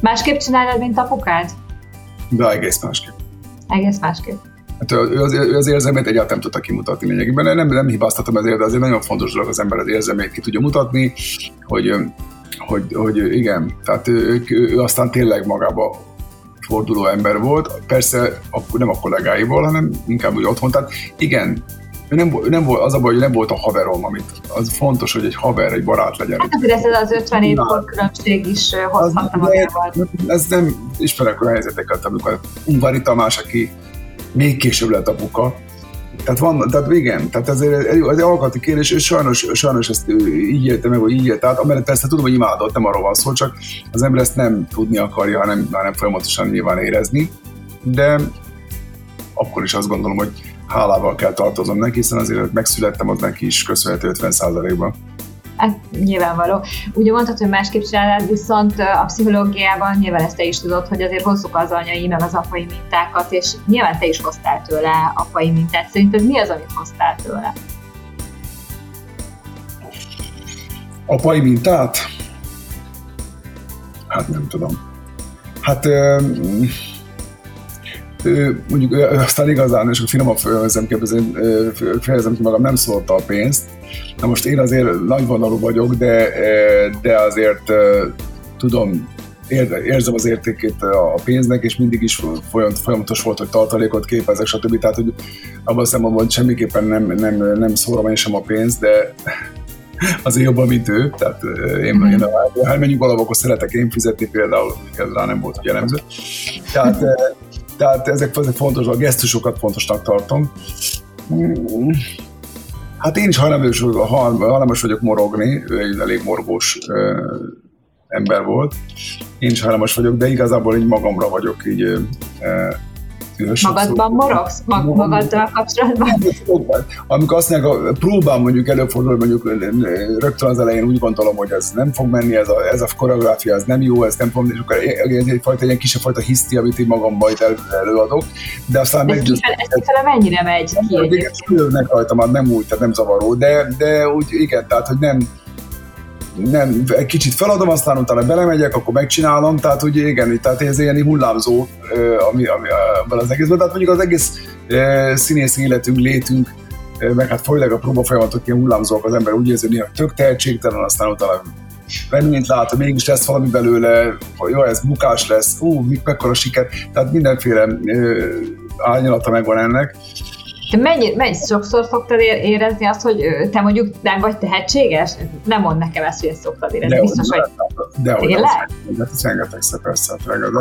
Másképp csinálod, mint apukád? De egész másképp. Egész másképp. Hát ő az, ő az érzelmét egyáltalán nem tudta kimutatni lényegében. Nem, nem hibáztatom ezért, de azért nagyon fontos dolog az ember az érzelmét ki tudja mutatni, hogy, hogy, hogy igen, tehát ő, ő, ő aztán tényleg magába forduló ember volt, persze nem a kollégáiból, hanem inkább úgy otthon. Tehát igen, ő nem, ő nem volt, az a baj, hogy nem volt a haverom, amit az fontos, hogy egy haver, egy barát legyen. Hát azért ez az ötven év különbség is hozhatta magával. Ez nem ismerek olyan helyzeteket, amikor Ungvári Tamás, aki még később lett apuka. Tehát van, tehát igen, tehát ezért ez egy alkalati kérdés, és sajnos, sajnos ezt így élte meg, vagy így élte át, amellett persze tudom, hogy imádott, nem arról van szó, csak az ember ezt nem tudni akarja, hanem, hanem folyamatosan nyilván érezni, de akkor is azt gondolom, hogy hálával kell tartozom neki, hiszen azért, hogy megszülettem, az neki is köszönhető ötven százalékban. Hát nyilvánvaló. Ugye mondtad, hogy másképp csinálnád, viszont a pszichológiában nyilván ezt te is tudod, hogy azért hozzuk az anyai, meg az apai mintákat, és nyilván te is hoztál tőle apai mintát. Szerinted mi az, amit hoztál tőle? Apai mintát? Hát nem tudom. Hát mondjuk aztán igazán, és a finomabb fejezem ki, fejezem ki magam, nem szólta a pénzt. Na most én azért nagyvonalú vagyok, de, de azért tudom, érzem az értékét a pénznek, és mindig is folyamatos volt, hogy tartalékot képezek, stb. Tehát, hogy abban a szemben semmiképpen nem, nem, nem szórom én sem a pénzt, de azért jobban, mint ő. Tehát én, mm-hmm. én ha elmenjünk valahol, akkor szeretek én fizetni például, ez rá nem volt jellemző. Tehát, tehát ezek, ezek fontos, a gesztusokat fontosnak tartom. Hát én is hajlamos vagyok, hajlamos vagyok morogni, ő egy elég morgós ö, ember volt. Én is hajlamos vagyok, de igazából így magamra vagyok így ö, szívesen. Magadban szó. Morogsz? Mag- magaddal kapcsolatban? Amikor azt mondják, próbál mondjuk előfordul, mondjuk rögtön az elején úgy gondolom, hogy ez nem fog menni, ez a, ez a koreográfia, ez nem jó, ez nem fog menni, és akkor egyfajta, ilyen kisebb fajta hiszti, amit így magam majd el, előadok. De aztán ez kifele, ez kifele mennyire megy ki egyébként? Nem rajta már nem úgy, tehát nem zavaró, de, de úgy igen, tehát hogy nem nem, egy kicsit feladom, aztán utána belemegyek, akkor megcsinálom, tehát ugye igen, tehát ez ilyen hullámzó, ami, ami abban az egészben, tehát mondjuk az egész színész életünk, létünk, meg hát főleg a próbafolyamatok ilyen hullámzóak, az ember úgy érzi, hogy tök tehetségtelen, aztán utána reményt lát, hogy mégis lesz valami belőle, hogy jó, ez bukás lesz, ú, mekkora siker, tehát mindenféle árnyalata megvan ennek. De mennyi, mennyi sokszor szoktad érezni azt, hogy te mondjuk nem vagy tehetséges? Nem mond nekem ezt, hogy ezt szoktad érezni. De biztos, hogy de tényleg? De ez rengetegszer persze.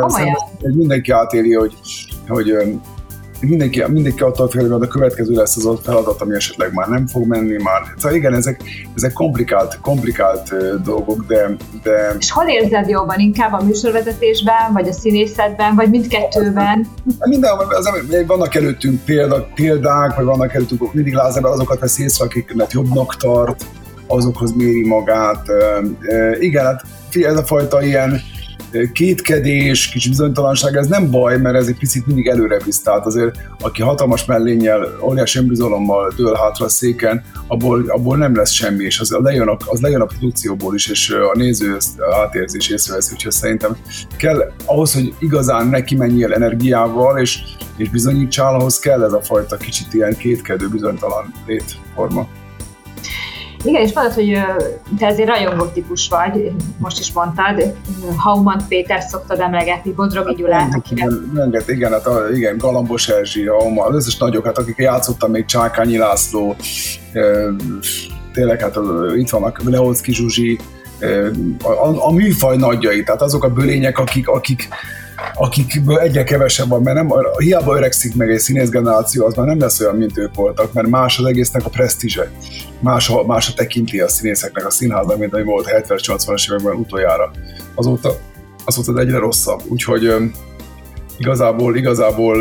De mindenki átéli, hogy, hogy mindenki, mindenki attól fél, hogy a következő lesz az ott feladat, ami esetleg már nem fog menni már. Szóval igen, ezek, ezek komplikált, komplikált dolgok, de, de... És hol érzed jobban? Inkább a műsorvezetésben, vagy a színészetben, vagy mindkettőben? Mindenhol, vannak előttünk példa, példák, vagy vannak előttünk, mindig lázember azokat vesz észre, akiknek jobbnak tart, azokhoz méri magát. Igen, hát ez a fajta ilyen kétkedés, kicsi bizonytalanság, ez nem baj, mert ez egy picit mindig előre visz. Tehát azért, aki hatalmas mellénnyel, óriási önbizalommal dől hátra a széken, abból, abból nem lesz semmi, és az lejön a, az lejön a produkcióból is, és a néző ezt átérzi és észreveszi, úgyhogy szerintem kell ahhoz, hogy igazán neki menjél energiával, és, és bizonyítsál, ahhoz kell ez a fajta kicsit ilyen kétkedő, bizonytalan létforma. Igen, és mondod, hogy te azért rajongó típus vagy, most is mondtad, Hauman Pétert szoktad emlegetni, Bodrogi Gyulát, akire... Igen, igen, hát a, igen, Galambos Erzsi, Hauman, az összes nagyok, hát akik játszottam, még Csákányi László, tényleg hát itt vannak Leocki Zsuzsi, a, a műfaj nagyjai, tehát azok a bölények, akik, akik akikből egyre kevesebb van, mert nem, hiába öregszik meg egy színészgeneráció, az már nem lesz olyan, mint ők voltak, mert más az egésznek a presztízse, más a, más a tekinti a színészeknek a színháznak, mint ami volt hetvenes-nyolcvanas években utoljára. Azóta, azóta egyre rosszabb, úgyhogy uh, igazából, igazából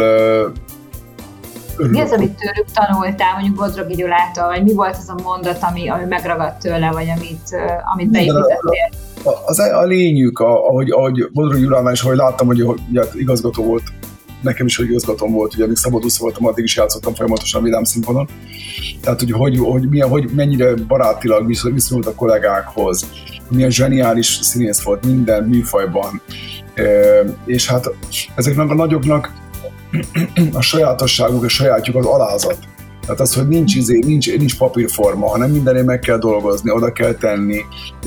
uh, mi az, amit tőlük tanultál, mondjuk Bodrogi Gyulától, vagy mi volt az a mondat, ami, ami megragadt tőle, vagy amit, uh, amit beépítettél? Az a lényük, ahogy, ahogy Bodrogi Gyulánál is, ahogy láttam, hogy, hogy ugye, igazgató volt, nekem is, hogy igazgatóm volt, ugye amíg Szabadusz voltam, addig is játszottam folyamatosan a Vidám Színpadon. Tehát, hogy, hogy, hogy, milyen, hogy mennyire barátilag viszonyult a kollégákhoz, milyen zseniális színész volt minden műfajban, És hát ezeknek a nagyoknak a sajátosságuk, a sajátjuk az alázat. Tehát az, hogy nincs, izé, nincs, nincs papírforma, hanem mindenért meg kell dolgozni, oda kell tenni.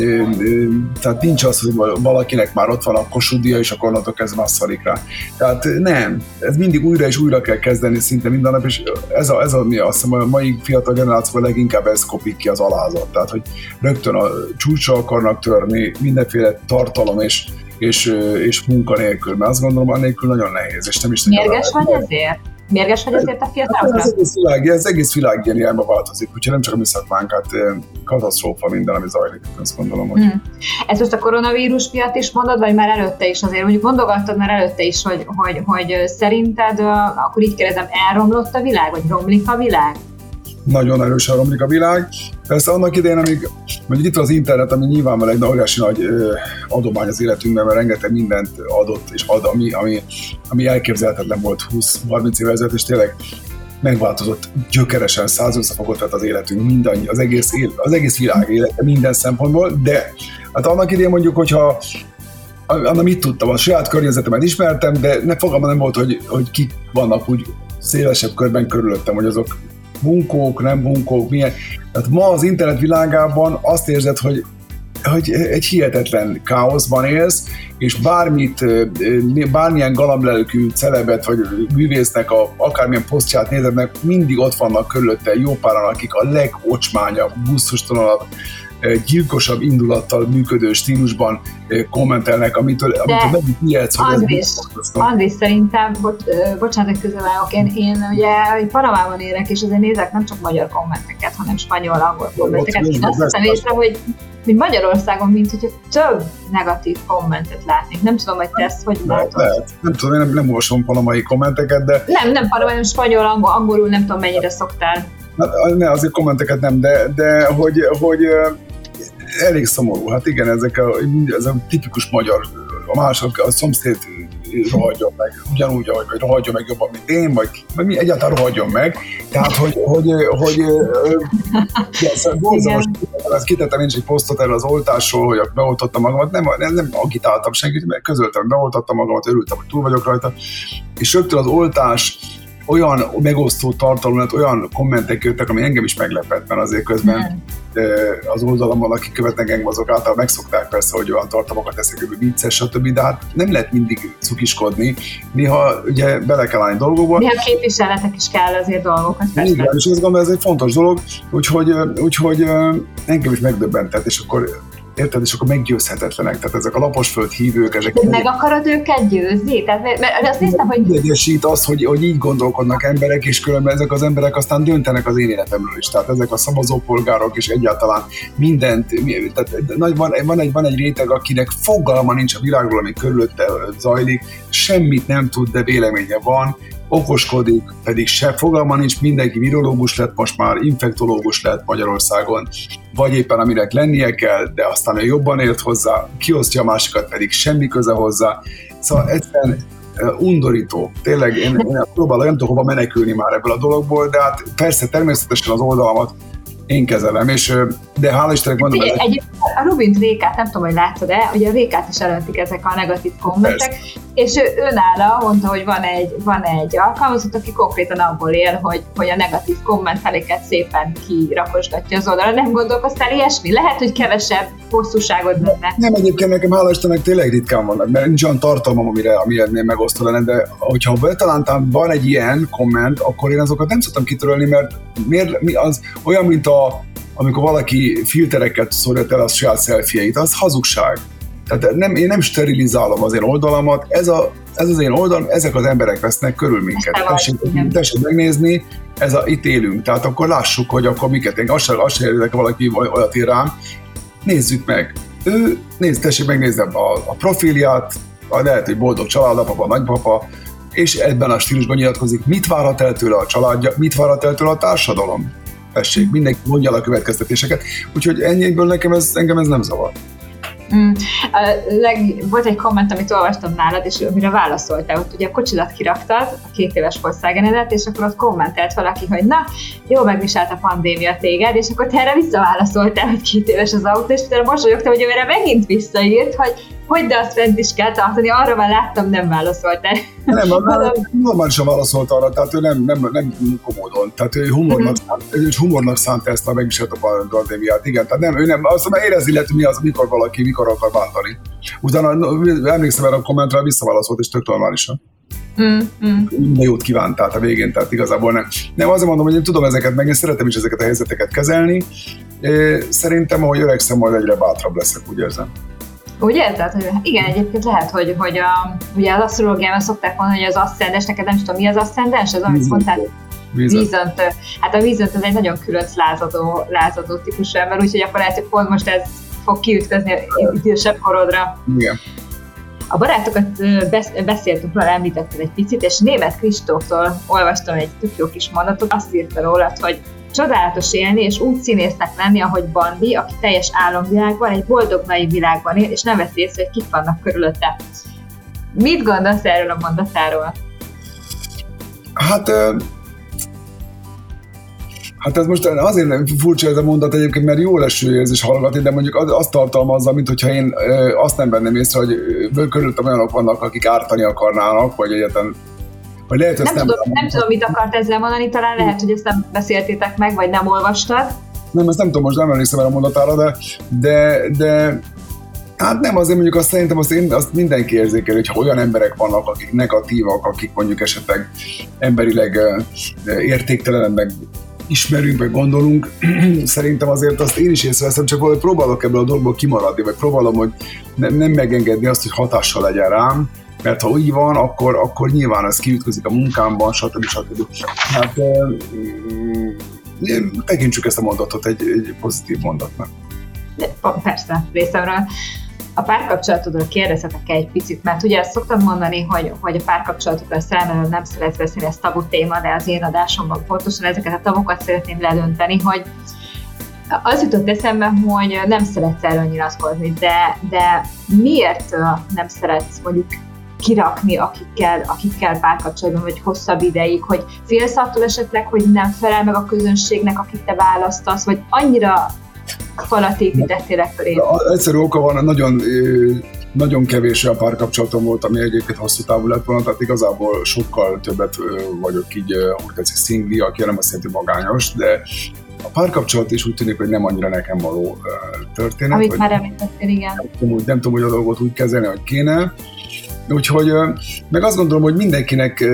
Tehát nincs az, hogy valakinek már ott van a Kossuth-díja, és akkor onnantól kezdve már szarik rá. Tehát nem, ez mindig újra és újra kell kezdeni szinte minden nap, és ez a, ez a, mi azt hiszem, a mai fiatal generációban leginkább ez kopik ki, az alázat. Tehát, hogy rögtön a csúcsra akarnak törni, mindenféle tartalom és, és, és munka nélkül, mert azt gondolom, annélkül nagyon nehéz, és nem is mérges vagy ezért? Mérges vagy ezért a fiatalokra? Az egész világ, az egész világ ilyen irányba változik, úgyhogy nem csak a mi szakmánk, hát katasztrófa minden, ami zajlik, azt gondolom, hogy... Hmm. Ez most a koronavírus miatt is mondod, vagy már előtte is azért? Mondjuk mondogattad már előtte is, hogy, hogy, hogy szerinted, akkor így kérdezem, elromlott a világ, vagy romlik a világ? Nagyon erősen romlik a világ. Persze annak idején, amíg mondjuk itt van az internet, ami nyilvánvalóan egy óriási nagy ö, adomány az életünkben, mert rengeteg mindent adott és ad, ami, ami, ami elképzelhetetlen volt húsz-harminc évvel ezelőtt, és tényleg megváltozott gyökeresen, százötven fokot vett az életünk, mindannyi, az egész, él, az egész világ élete minden szempontból, de hát annak idején mondjuk, hogyha annak mit tudtam, a saját környezetemet ismertem, de ne fogalma nem volt, hogy, hogy kik vannak úgy szélesebb körben körülöttem, hogy azok bunkók, nem bunkók, milyen. Tehát ma az internet világában azt érzed, hogy, hogy egy hihetetlen káoszban élsz, és bármit, bármilyen galamblelkű celebet, vagy művésznek a, akármilyen posztját nézed meg, mindig ott vannak körülötte jó páran, akik a legocsmányabb, busztustalanabb, gyilkosabb indulattal működő stílusban kommentelnek, amitől, amitől nem ijedsz, hogy Andris, Andris, szerintem, bocs, bocsánat, hogy közövállok, én, én ugye Panamában élek, és azért nézek nem csak magyar kommenteket, hanem spanyol, angol kommenteket. Én azt hiszem észre, hogy mint Magyarországon, mint hogyha több negatív kommentet látnék. Nem tudom, hogy te ezt hogy látod. Lehet. Nem tudom, én nem, nem olvasom panamai kommenteket, de... Nem, nem panamai, hanem spanyol, angol, angolul nem tudom, mennyire szoktál. Hát, ne, azért kommenteket nem, de, de hogy, hogy elég szomorú. Hát igen, ezek a, ez a tipikus magyar, a mások, a szomszéd rohadjon meg, ugyanúgy, ahogy vagy rohadjon meg jobban, mint én, vagy, vagy mi egyáltalán rohadjon meg. Tehát, hogy, hogy, hogy borzalmas, ezt kitettem én is egy posztot erről az oltásról, hogy beoltottam magamat, nem, nem, nem agitáltam senkit, mert közöltem, beoltottam magamat, örültem, hogy túl vagyok rajta, és rögtön az oltás olyan megosztó tartalom lett, olyan kommentek jöttek, ami engem is meglepett, mert azért közben az oldalamon, akik követnek engem, azok által megszokták persze, hogy olyan tartalmakat teszek, hogy vicces, stb. De hát nem lehet mindig cukiskodni. Néha ugye bele kell állni dolgokba. Néha képviseletek is kell azért dolgokat persze. Igen, és azt gondolom, ez egy fontos dolog, úgyhogy, úgyhogy engem is megdöbbentett, és akkor érted, és akkor meggyőzhetetlenek. Tehát ezek a laposföld hívők, ezek... De meg akarod őket győzni? Tehát, mert azt néztem, hogy... Idegesít az, hogy, hogy így gondolkodnak emberek, és különben ezek az emberek aztán döntenek az én életemről is. Tehát ezek a szavazópolgárok, és egyáltalán mindent... Tehát van, van, egy, van egy réteg, akinek fogalma nincs a világról, ami körülötte zajlik, semmit nem tud, de véleménye van, okoskodik, pedig se fogalma nincs, mindenki virológus lett, most már infektológus lett Magyarországon, vagy éppen aminek lennie kell, de aztán ő jobban ért hozzá, kiosztja a másikat, pedig semmi köze hozzá. Szóval egyszerűen undorító. Tényleg én, én próbálom, nem tudok hova menekülni már ebből a dologból, de hát persze természetesen az oldalamat én kezelem, és, de hála Istennek mondom... Egy, egy, a Rubint Rékát, nem tudom, hogy látod-e, ugye a Rékát is elöntik ezek a negatív kommentek, persze. És ő önálló mondta, hogy van egy, van egy alkalmazott, aki konkrétan abból él, hogy, hogy a negatív kommenteléket szépen kirakosgatja az oldalra. Nem gondolkoztál ilyesmi? Lehet, hogy kevesebb hosszúságod lenne. Nem, egyébként nekem hála Istennek tényleg ritkán vannak, mert nincs olyan tartalmam, amire, amire én megosztó lenne, de hogyha betalántán van egy ilyen komment, akkor én azokat nem szoktam kitörölni, mert miért, mi az olyan, mint a, amikor valaki filtereket szorít el a saját selfie-jeit, az hazugság. Tehát nem, én nem sterilizálom az én oldalamat, ez, a, ez az én oldalam, ezek az emberek vesznek körül minket. Tessék, tessék megnézni, ez a, itt élünk, tehát akkor lássuk, hogy akkor miket. Én azt sem érdekel valaki olyat ír rám, nézzük meg. Ő, nézd, tessék megnézni a, a profilját, lehet, hogy boldog családapapa, nagypapa, és ebben a stílusban nyilatkozik, mit várhat el tőle a családja, mit várhat el tőle a társadalom. Tessék, mindenki mondja el a következtetéseket, úgyhogy ennyiből nekem ez, engem ez nem zavar. Mm. Leg, volt egy komment, amit olvastam nálad, és amire válaszoltál, hogy ugye a kocsidat kiraktad, a két éves Volkswagenedet, és akkor ott kommentelt valaki, hogy na, jól megviselt a pandémia téged, és akkor te erre visszaválaszoltál, hogy két éves az autó, és utána mosolyogtam, hogy ő erre megint visszaírt, hogy hogy de azt fent is kell tartani, arra már láttam, nem válaszolt el. Nem, normálisan válaszolt arra, tehát ő nem, nem, nem komódon, tehát ő humornak, mm-hmm. humornak szánta ezt a megviselt a pandémiát, igen, tehát nem, ő nem, azt már érezni lehet, mi az, mikor valaki, mikor akar bántani. Utána emlékszem erre a kommentre, visszaválaszolt, és tök normálisan. Mm, mm. Minden jót kívánt, tehát a végén, tehát igazából nem. Nem, azért mondom, hogy én tudom ezeket meg, én szeretem is ezeket a helyzeteket kezelni. Szerintem, ahogy öregszem, majd egyre bátrabb leszek, úgy érzem. Úgy érzed, hogy igen, egyébként lehet, hogy, hogy a, ugye az asztrológiában szokták mondani, hogy az aszcendens, neked nem tudom, mi az aszcendens? Az, amit mondtál? Vízöntő. Hát a vízöntő az egy nagyon különc lázadó, lázadó típusú ember, úgyhogy akkor lehet, hogy pont most ez fog kiütközni idősebb korodra. Igen. A barátokat beszéltünk róla, említetted egy picit, és Németh Kristóftól olvastam egy tök jó kis mondatot, azt írta rólad, hogy csodálatos élni, és úgy színésznek lenni, ahogy Bandi, aki teljes álomvilágban, egy boldog naiv világban él, és nem vesz észre, hogy kik vannak körülötte. Mit gondolsz erről a mondatáról? Hát... Hát ez most azért nem furcsa ez a mondat egyébként, mert jó leső érzés hallgatni, de mondjuk azt tartalmazza, mint hogyha én azt nem venném észre, hogy körülöttem olyanok vannak, akik ártani akarnának, vagy egyáltalán... Vagy lehet, nem, nem, tudom, nem tudom, mit akart ezzel mondani, talán lehet, hogy ezt nem beszéltétek meg, vagy nem olvastad. Nem, ezt nem tudom, most nem emlékszem el a mondatára, de, de, de hát nem, azért mondjuk azt szerintem azt, én, azt mindenki érzékel, hogy olyan emberek vannak, akik negatívak, akik mondjuk esetleg emberileg értéktelenek, ismerünk, vagy gondolunk, szerintem azért azt én is észreveszem, csak valahogy próbálok ebből a dologból kimaradni, vagy próbálom, hogy ne, nem megengedni azt, hogy hatással legyen rám, mert ha úgy van, akkor, akkor nyilván ez kiütközik a munkámban, stb. stb. Hát e, tekintsük ezt a mondatot egy, egy pozitív mondatnak. Persze, részemről. A párkapcsolatodról kérdezhetek egy picit, mert ugye ezt szoktam mondani, hogy, hogy a párkapcsolatokról szerelmről nem szeretsz beszélni, ez tabu téma, de az én adásomban pontosan ezeket a tabukat szeretném ledönteni, hogy az jutott eszembe, hogy nem szeretsz erről nyilatkozni, de, de miért nem szeretsz mondjuk kirakni, akikkel, akikkel párkapcsolatban vagy hosszabb ideig, hogy félsz attól esetleg, hogy nem felel meg a közönségnek, akit te választasz, vagy annyira falat építettél ekkor. Egyszerű oka van, nagyon, nagyon kevés olyan párkapcsolatom volt, ami egyébként hosszú távú lett volna, tehát igazából sokkal többet vagyok így, úgy tetszik, szingli, aki nem azt jelenti magányos, de a párkapcsolat is úgy tűnik, hogy nem annyira nekem való történet. Amit már említettél, igen. Nem tudom, nem tudom, hogy a dolgot úgy kezelni, hogy kéne. Úgyhogy meg azt gondolom, hogy mindenkinek,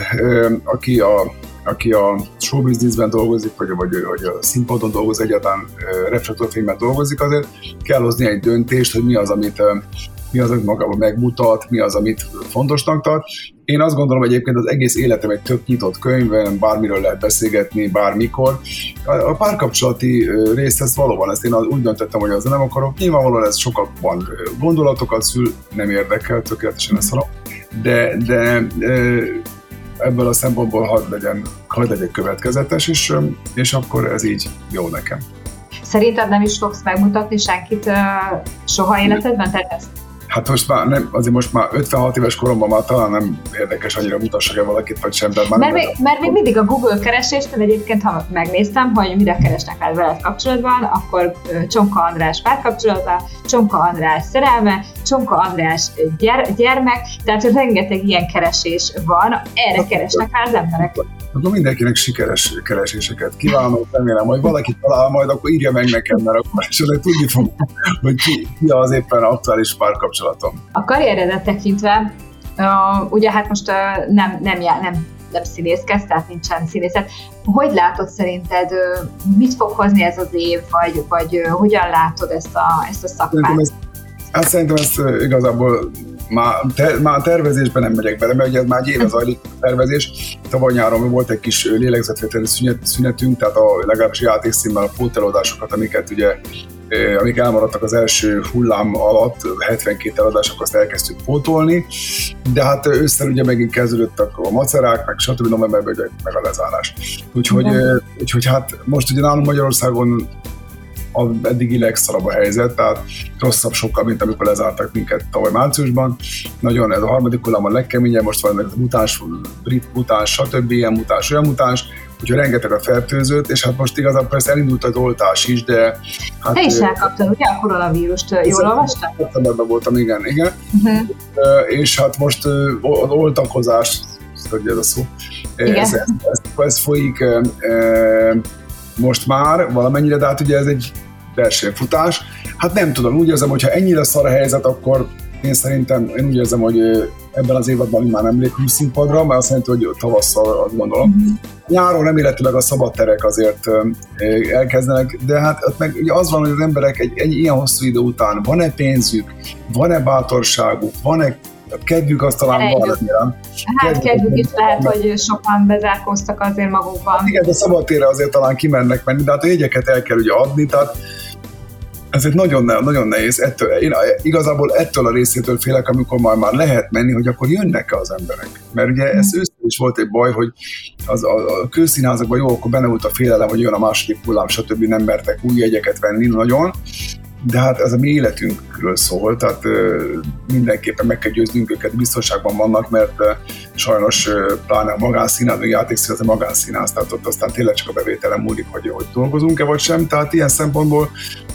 aki a, aki a showbizniszben dolgozik, vagy, vagy, vagy a színpadon dolgozik, egyáltalán reflektorfilmben dolgozik, azért kell hozni egy döntést, hogy mi az, amit, mi az, amit magában megmutat, mi az, amit fontosnak tart. Én azt gondolom, hogy egyébként az egész életem egy tök nyitott könyv, bármiről lehet beszélgetni, bármikor. A párkapcsolati részt, ezt valóban, ezt én úgy döntöttem, hogy azzal nem akarok. Nyilvánvalóan ez sokakban gondolatokat szül, nem érdekel, tökéletesen ezt hallom, de, de ebből a szempontból hadd legyen, hadd legyen következetes, és, és akkor ez így jó nekem. Szerinted nem is fogsz megmutatni senkit uh, soha életedben? Tehát ezt Hát most már nem, azért most már ötvenhat éves koromban már talán nem érdekes annyira mutassak-e valakit, vagy sem. Már mert, még, mert még mindig a Google keresésben egyébként, ha megnéztem, hogy mire keresnek el veled kapcsolatban, akkor Csonka András párkapcsolata, Csonka András szerelme, Csonka András gyere, gyermek, tehát rengeteg ilyen keresés van, erre keresnek el az emberek. Akkor mindenkinek sikeres kereséseket kívánok, remélem, hogy valaki talál, majd akkor írja meg nekem, mert akkor esetleg tudni fogom, hogy ki, ki az éppen aktuális párkapcsolatom. A karrieredet tekintve, uh, ugye hát most uh, nem, nem, nem, nem, nem színészkedsz, tehát nincsen színészet. Hogy látod szerinted, uh, mit fog hozni ez az év, vagy, vagy uh, hogyan látod ezt a, ezt a szakmát? Szerintem ezt, hát szerintem ezt uh, igazából Már, ter, már tervezésben nem megyek bele, mert ugye ez már egy éve zajlik a tervezés. Tavaly nyáron volt egy kis lélegzetvételi szünet, szünetünk, tehát a, legalábbis játékszínben a pótelőadásokat, amiket ugye, amik elmaradtak az első hullám alatt, hetvenkét eladás, akkor azt elkezdtük pótolni, de hát ősszel ugye megint kezdődöttek a macerák, meg stb. Novemberben ugye meg a lezárás. Úgyhogy, úgyhogy hát most ugye nálunk Magyarországon az eddigi legszarabb a helyzet, tehát rosszabb sokkal, mint amikor lezártak minket tavaly márciusban. Nagyon ez a harmadik hullám a legkeményebb, most van ez a mutáns, brit mutáns, stb. Ilyen mutáns, olyan mutáns, úgyhogy rengeteg a fertőzött, és hát most igazából persze elindult az oltás is, de... Hát, te is elkaptad, ugye, a koronavírust, jól olvastad? Szeptemberben voltam, igen, igen. Uh-huh. És hát most az oltakozás, hogy ez a szó, ez, ez, ez, ez folyik most már valamennyire, de hát ugye ez egy versenyfutás. Hát nem tudom, úgy érzem, hogyha ennyire szar a helyzet, akkor én szerintem, én úgy érzem, hogy ebben az évadban már nem lépünk színpadra, mert azt jelenti, hogy tavasszal azt gondolom. Mm-hmm. Nyáron remélhetőleg a szabadterek azért elkezdenek, de hát ott meg ugye az van, hogy az emberek egy, egy ilyen hosszú idő után van-e pénzük, van-e bátorságuk, van-e kedvük, azt talán valamire. Hát kedvük is lehet, hogy sokan bezárkóztak azért magukban. Igen, de szabadtérre azért talán kimennek menni, de hát a jegyeket el kell ugye adni, tehát ez egy nagyon, nagyon nehéz. Ettől, én igazából ettől a részétől félek, amikor már, már lehet menni, hogy akkor jönnek-e az emberek. Mert ugye ez őszintén is volt egy baj, hogy az, a, a közszínházakban jó, akkor benne volt a félelem, hogy jön a második hullám, stb. Nem mertek új jegyeket venni nagyon. De hát ez a mi életünkről szól, tehát uh, mindenképpen meg kell győznünk őket, biztonságban vannak, mert uh, sajnos uh, pláne a magánszínház, vagy játékszínház, a magánszínház, tehát ott aztán tényleg csak a bevételen múlik, hogy, hogy dolgozunk-e vagy sem, tehát ilyen szempontból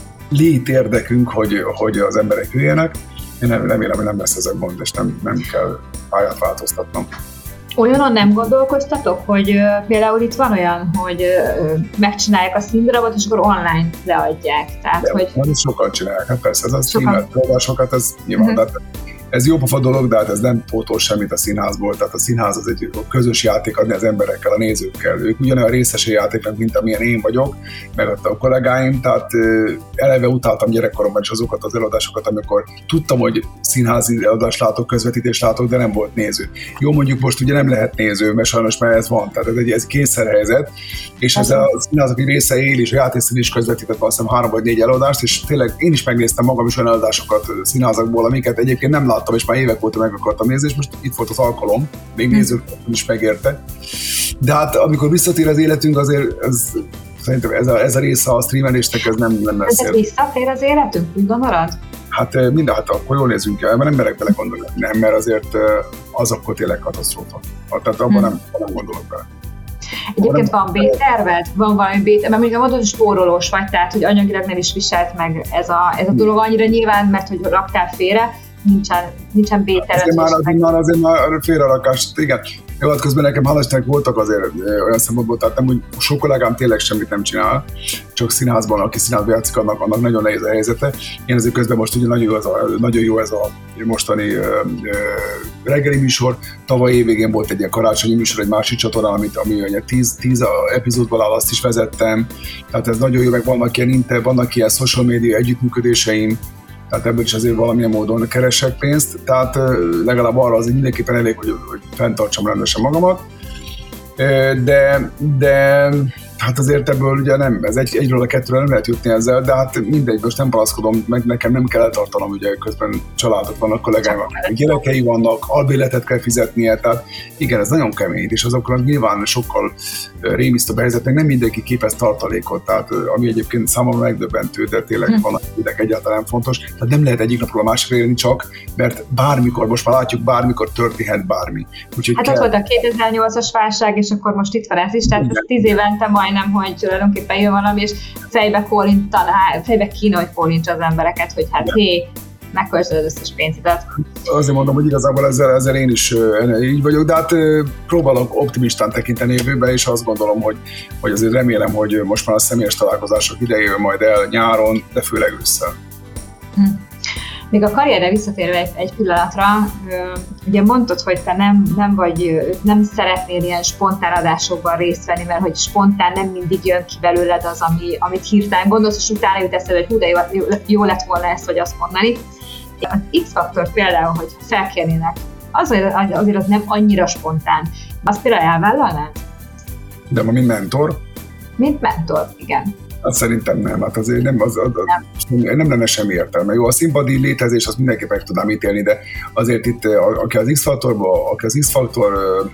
lét érdekünk, hogy, hogy az emberek jöjjenek. Én nem, remélem, hogy nem lesz ez a gond, és nem, nem kell pályát változtatnom. Olyanon nem gondolkoztatok, hogy uh, például itt van olyan, hogy uh, megcsinálják a színdarabot, és akkor online leadják. Tehát, de, hogy... Nem, sokan csinálják, hát persze, ez a streamelt adásokat, ez nyilván, uh-huh. Ez jó pofa dolog, de hát ez nem pótol semmit a színházból, tehát a színház az egy közös játék adni az emberekkel, a nézőkkel. Ők ugyanolyan részesei játéknak, mint amilyen én vagyok, meg a kollégáim, tehát eleve utáltam gyerekkoromban is azokat az előadásokat, amikor tudtam, hogy színházi előadást látok, közvetítést látok, de nem volt néző. Jó, mondjuk most ugye nem lehet néző, mert sajnos már ez van, tehát ez egy ez kényszerhelyzet, és ez a színházak része él, és a játékszín is közvetített azt hiszem három vagy négy előadást, és tényleg én is megnéztem magam is olyan előadásokat színházakból, amiket egyébként nem láttam, és már évek óta meg akartam nézni, és most itt volt az alkalom, még hmm. nézők is megérte. De hát amikor visszatér az életünk, azért ez, szerintem ez a, ez a része a streamelésnek, ez nem lenne szél. Ez visszatér az életünk, úgy gondolod? Hát minden, hát akkor jól nézzünk el, mert emberek bele gondolnak. Nem, mert azért az akkor tényleg katasztrófa. Tehát abban hmm. nem, nem gondolok bele. Egyébként van B-terved? Van valami B-terved? Mert mondjuk mondod, hogy spórolós vagy, tehát hogy anyagilag nem is viselt meg ez a, ez a dolog annyira nyilván, mert hogy raktál félre, nincsen, nincsen B-terved. Azért már, azért már, azért már félrerakás, igen. Jó, hát közben nekem hál' Istennek voltak azért olyan szempontból, tehát nem úgy sok kollégám tényleg semmit nem csinál, csak színházban, aki színházban játszik, annak, annak nagyon nehéz a helyzete. Én azért közben most ugye nagyon jó ez a, nagyon jó ez a mostani ö, ö, reggeli műsor. Tavaly évvégén volt egy ilyen karácsonyi műsor egy másik csatornán, amit, ami ugye tíz, tíz epizódból áll, azt is vezettem. Tehát ez nagyon jó, meg vannak ilyen inter, vannak ilyen social media együttműködéseim, tehát ebből is azért valamilyen módon keresek pénzt, tehát legalább arra azért mindenképpen elég, hogy, hogy fenntartsam rendesen magamat. De, de hát azért ebből ugye nem, ez egy, egyről a kettőről nem lehet jutni ezzel, de hát mindegy, most nem panaszkodom, meg nekem nem kell eltartanom, ugye közben családok vannak, kollégáim, gyerekei vannak, albérletet kell fizetnie, tehát igen, ez nagyon kemény, és azokra nyilván sokkal rémisztőbb helyzet, meg nem mindenki képez tartalékot, tehát ami egyébként számomra megdöbbentő, de tényleg hm. van, akinek egyáltalán fontos, tehát nem lehet egyik napról a másikra élni csak, mert bármikor, most már látjuk, bármikor történhet bármi. Úgyhogy hát kell... ott volt a kétezer-nyolcas válság, és akkor most itt van ez is, tehát tíz évente majdnem, hogy tulajdonképpen jön valami, és fejbe kólintanál, fejbe kína, hogy kólints az embereket, hogy hát hé, megköltsd az összes pénzedet. Azért mondom, hogy igazából ezzel, ezzel én is így vagyok, de hát próbálok optimistán tekinteni jövőbe, és azt gondolom, hogy, hogy azért remélem, hogy most már a személyes találkozások idejével majd el nyáron, de főleg ősszel. Hm. Még a karrierre visszatérve egy, egy pillanatra, ugye mondtad, hogy te nem, nem vagy, nem szeretnél ilyen spontán adásokban részt venni, mert hogy spontán nem mindig jön ki belőled az, ami, amit hirtelen gondolsz, és utána jut eszedbe, hogy hú, de jó, jó, jó lett volna ezt vagy azt mondani. Az X-faktor például, hogy felkérnének, az, azért az nem annyira spontán. Azt például elvállalnád? De ma mint mentor? Mint mentor, igen. Hát szerintem nem, hát azért nem, az, az, nem. nem lenne semmi értelme. Jó, a színpadi létezés, azt mindenképpen meg tudnám ítélni, de azért itt, aki az X-faktorban, aki az X-faktor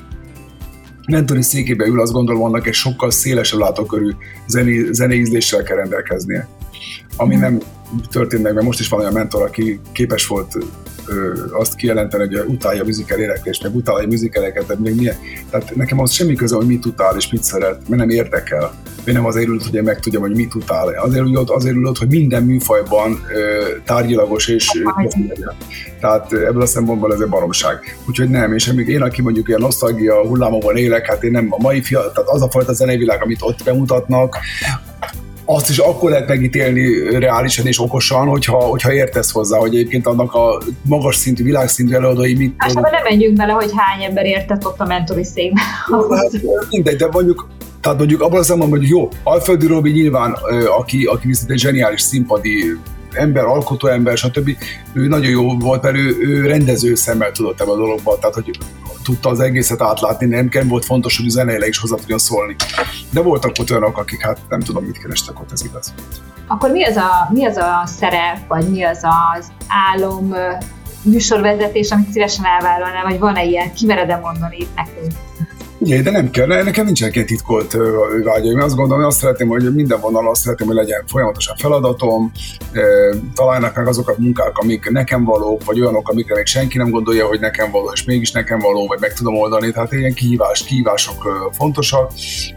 mentori székébe ül, azt gondolom, annak egy sokkal szélesebb látókörű zené, zeneízléssel kell rendelkeznie. Ami hmm. nem történt meg, mert most is van olyan mentor, aki képes volt ö, azt kijelenteni, hogy utálja a musical éneklést, meg utálja a musicaleket, tehát, még milyen, tehát nekem az semmi köze, hogy mit utál és mit szeret, mert nem érdekel. Én nem azért ülött, hogy én megtudjam, hogy mit utál. Azért ülött, azért ülött, hogy minden műfajban ö, tárgyilagos és legyen. Tehát ebből a szempontból ez egy baromság. Úgyhogy nem, és amíg én, aki mondjuk ilyen nosztalgia hullámokban élek, hát én nem a mai fiatal, tehát az a fajta zenevilág, amit ott bemutatnak, azt is akkor lehet megítélni reálisan és okosan, hogyha, hogyha értesz hozzá, hogy egyébként annak a magas szintű, világszintű előadói mit... Hát nem menjünk bele, hogy hány ember értett ott a mentori székben. Hát, mindegy, de mondjuk, tehát mondjuk abban az ember, hogy jó, Alföldi Robi nyilván, aki, aki viszont egy zseniális színpadi ember, alkotó ember, stb. Ő nagyon jó volt, mert ő, ő rendező szemmel tudott ebben a dologban, tehát hogy tudta az egészet átlátni, nem kell, volt fontos, hogy zeneileg is hozzá tudjon szólni. De voltak ott olyanok, akik hát nem tudom, mit kerestek ott, ez igaz. Akkor mi az a, mi az a szerep, vagy mi az az álom műsorvezetés, amit szívesen elvállalnál, vagy van-e ilyen, kimered-e mondani itt nekünk? Igen, de nem kell, nekem nincsenek ilyen titkolt vágyaim. Én azt gondolom, hogy azt szeretném, hogy minden vonalon azt szeretném, hogy legyen folyamatosan feladatom, találnak meg azok a munkák, amik nekem valók, vagy olyanok, amikre még senki nem gondolja, hogy nekem való, és mégis nekem való, vagy meg tudom oldani. Tehát ilyen kihívás, kihívások fontosak.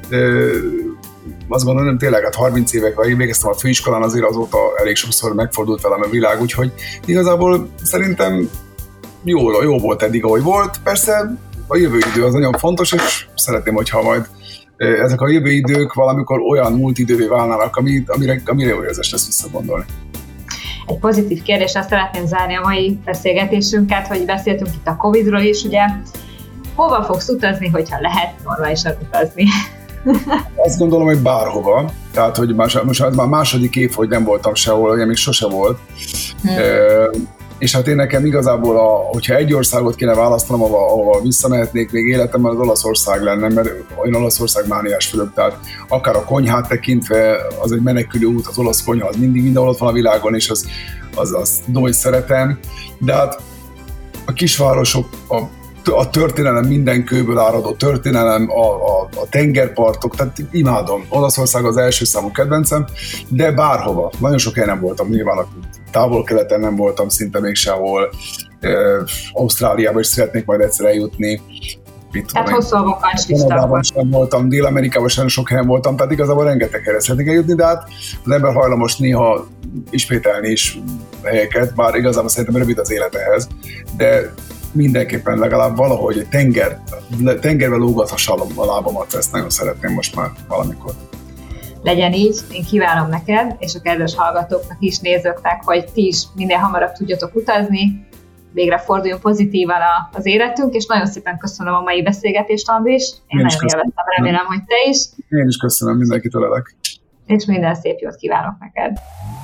Azt gondolom, hogy tényleg, hát harminc évek én végeztem a főiskolán, azért azóta elég sokszor megfordult velem a világ, úgyhogy igazából szerintem jó, jó volt eddig, ahogy volt. Persze a jövő idő az nagyon fontos, és szeretném, hogyha majd ezek a jövő idők valamikor olyan múlt idővé válnának, amit, amire, amire jó érzés lesz visszagondolni. Egy pozitív kérdéssel szeretném zárni a mai beszélgetésünket, hogy beszéltünk itt a Covidról is, ugye. Hova fogsz utazni, hogyha lehet normálisan utazni? Azt gondolom, hogy bárhova. Tehát, hogy most már második év, hogy nem voltam sehol, ugye még sose volt. Hmm. E- És hát én nekem igazából, a, hogyha egy országot kéne választanom, ahova, ahova visszamehetnék még életemben, az Olaszország lenne, mert én Olaszország mániás vagyok, tehát akár a konyhát tekintve, az egy menekülő út, az olasz konyha, az mindig mindenhol ott van a világon, és az, az, az nagy szeretem, de hát a kisvárosok, a, a történelem minden kőből áradó történelem, a, a, a tengerpartok, tehát imádom. Olaszország az első számú kedvencem, de bárhova. Nagyon sok helyen nem voltam, nyilván a távol-keleten nem voltam szinte még sehol. Ausztráliába is szeretnék majd egyszer eljutni. Tehát hosszú a vakancs Kanadában sem voltam, Dél-Amerikában sem sok helyen voltam, tehát igazából rengeteg helyre szeretnék eljutni, de hát az ember hajlamos néha ismételni is helyeket, bár igazából szerintem rövid az élet ehhez, de mindenképpen legalább valahogy egy tenger, tengerbe lógathassam a lábamat, ezt nagyon szeretném most már valamikor. Legyen így, én kívánom neked, és a kedves hallgatóknak is, nézőknek, hogy ti is minél hamarabb tudjatok utazni, végre forduljon pozitívan az életünk, és nagyon szépen köszönöm a mai beszélgetést, Andris. Én, én nagyon élveztem, remélem, hogy te is. Én is köszönöm, mindenkit ölelek. És minden szép jót kívánok neked.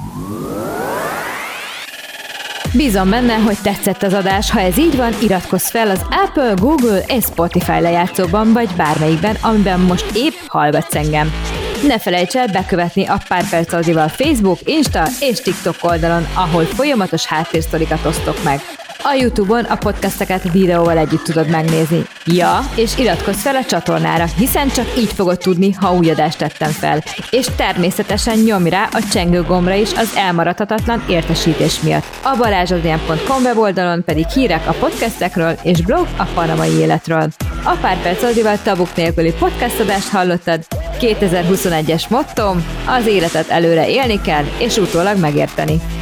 Bízom benne, hogy tetszett az adás, ha ez így van, iratkozz fel az Apple, Google és Spotify lejátszóban, vagy bármelyikben, amiben most épp hallgatsz engem. Ne felejts el bekövetni a Pár Perc Audival Facebook, Insta és TikTok oldalon, ahol folyamatos háttérsztorikat osztok meg. A YouTube-on a podcasteket videóval együtt tudod megnézni. Ja, és iratkozz fel a csatornára, hiszen csak így fogod tudni, ha új adást tettem fel. És természetesen nyomj rá a csengő gombra is az elmaradhatatlan értesítés miatt. A balázsadrián pont com weboldalon pedig hírek a podcastekről és blog a panamai életről. A Pár Perc Audival tabuk nélküli podcast adást hallottad. kétezer-huszonegyes mottóm: az életet előre élni kell, és utólag megérteni.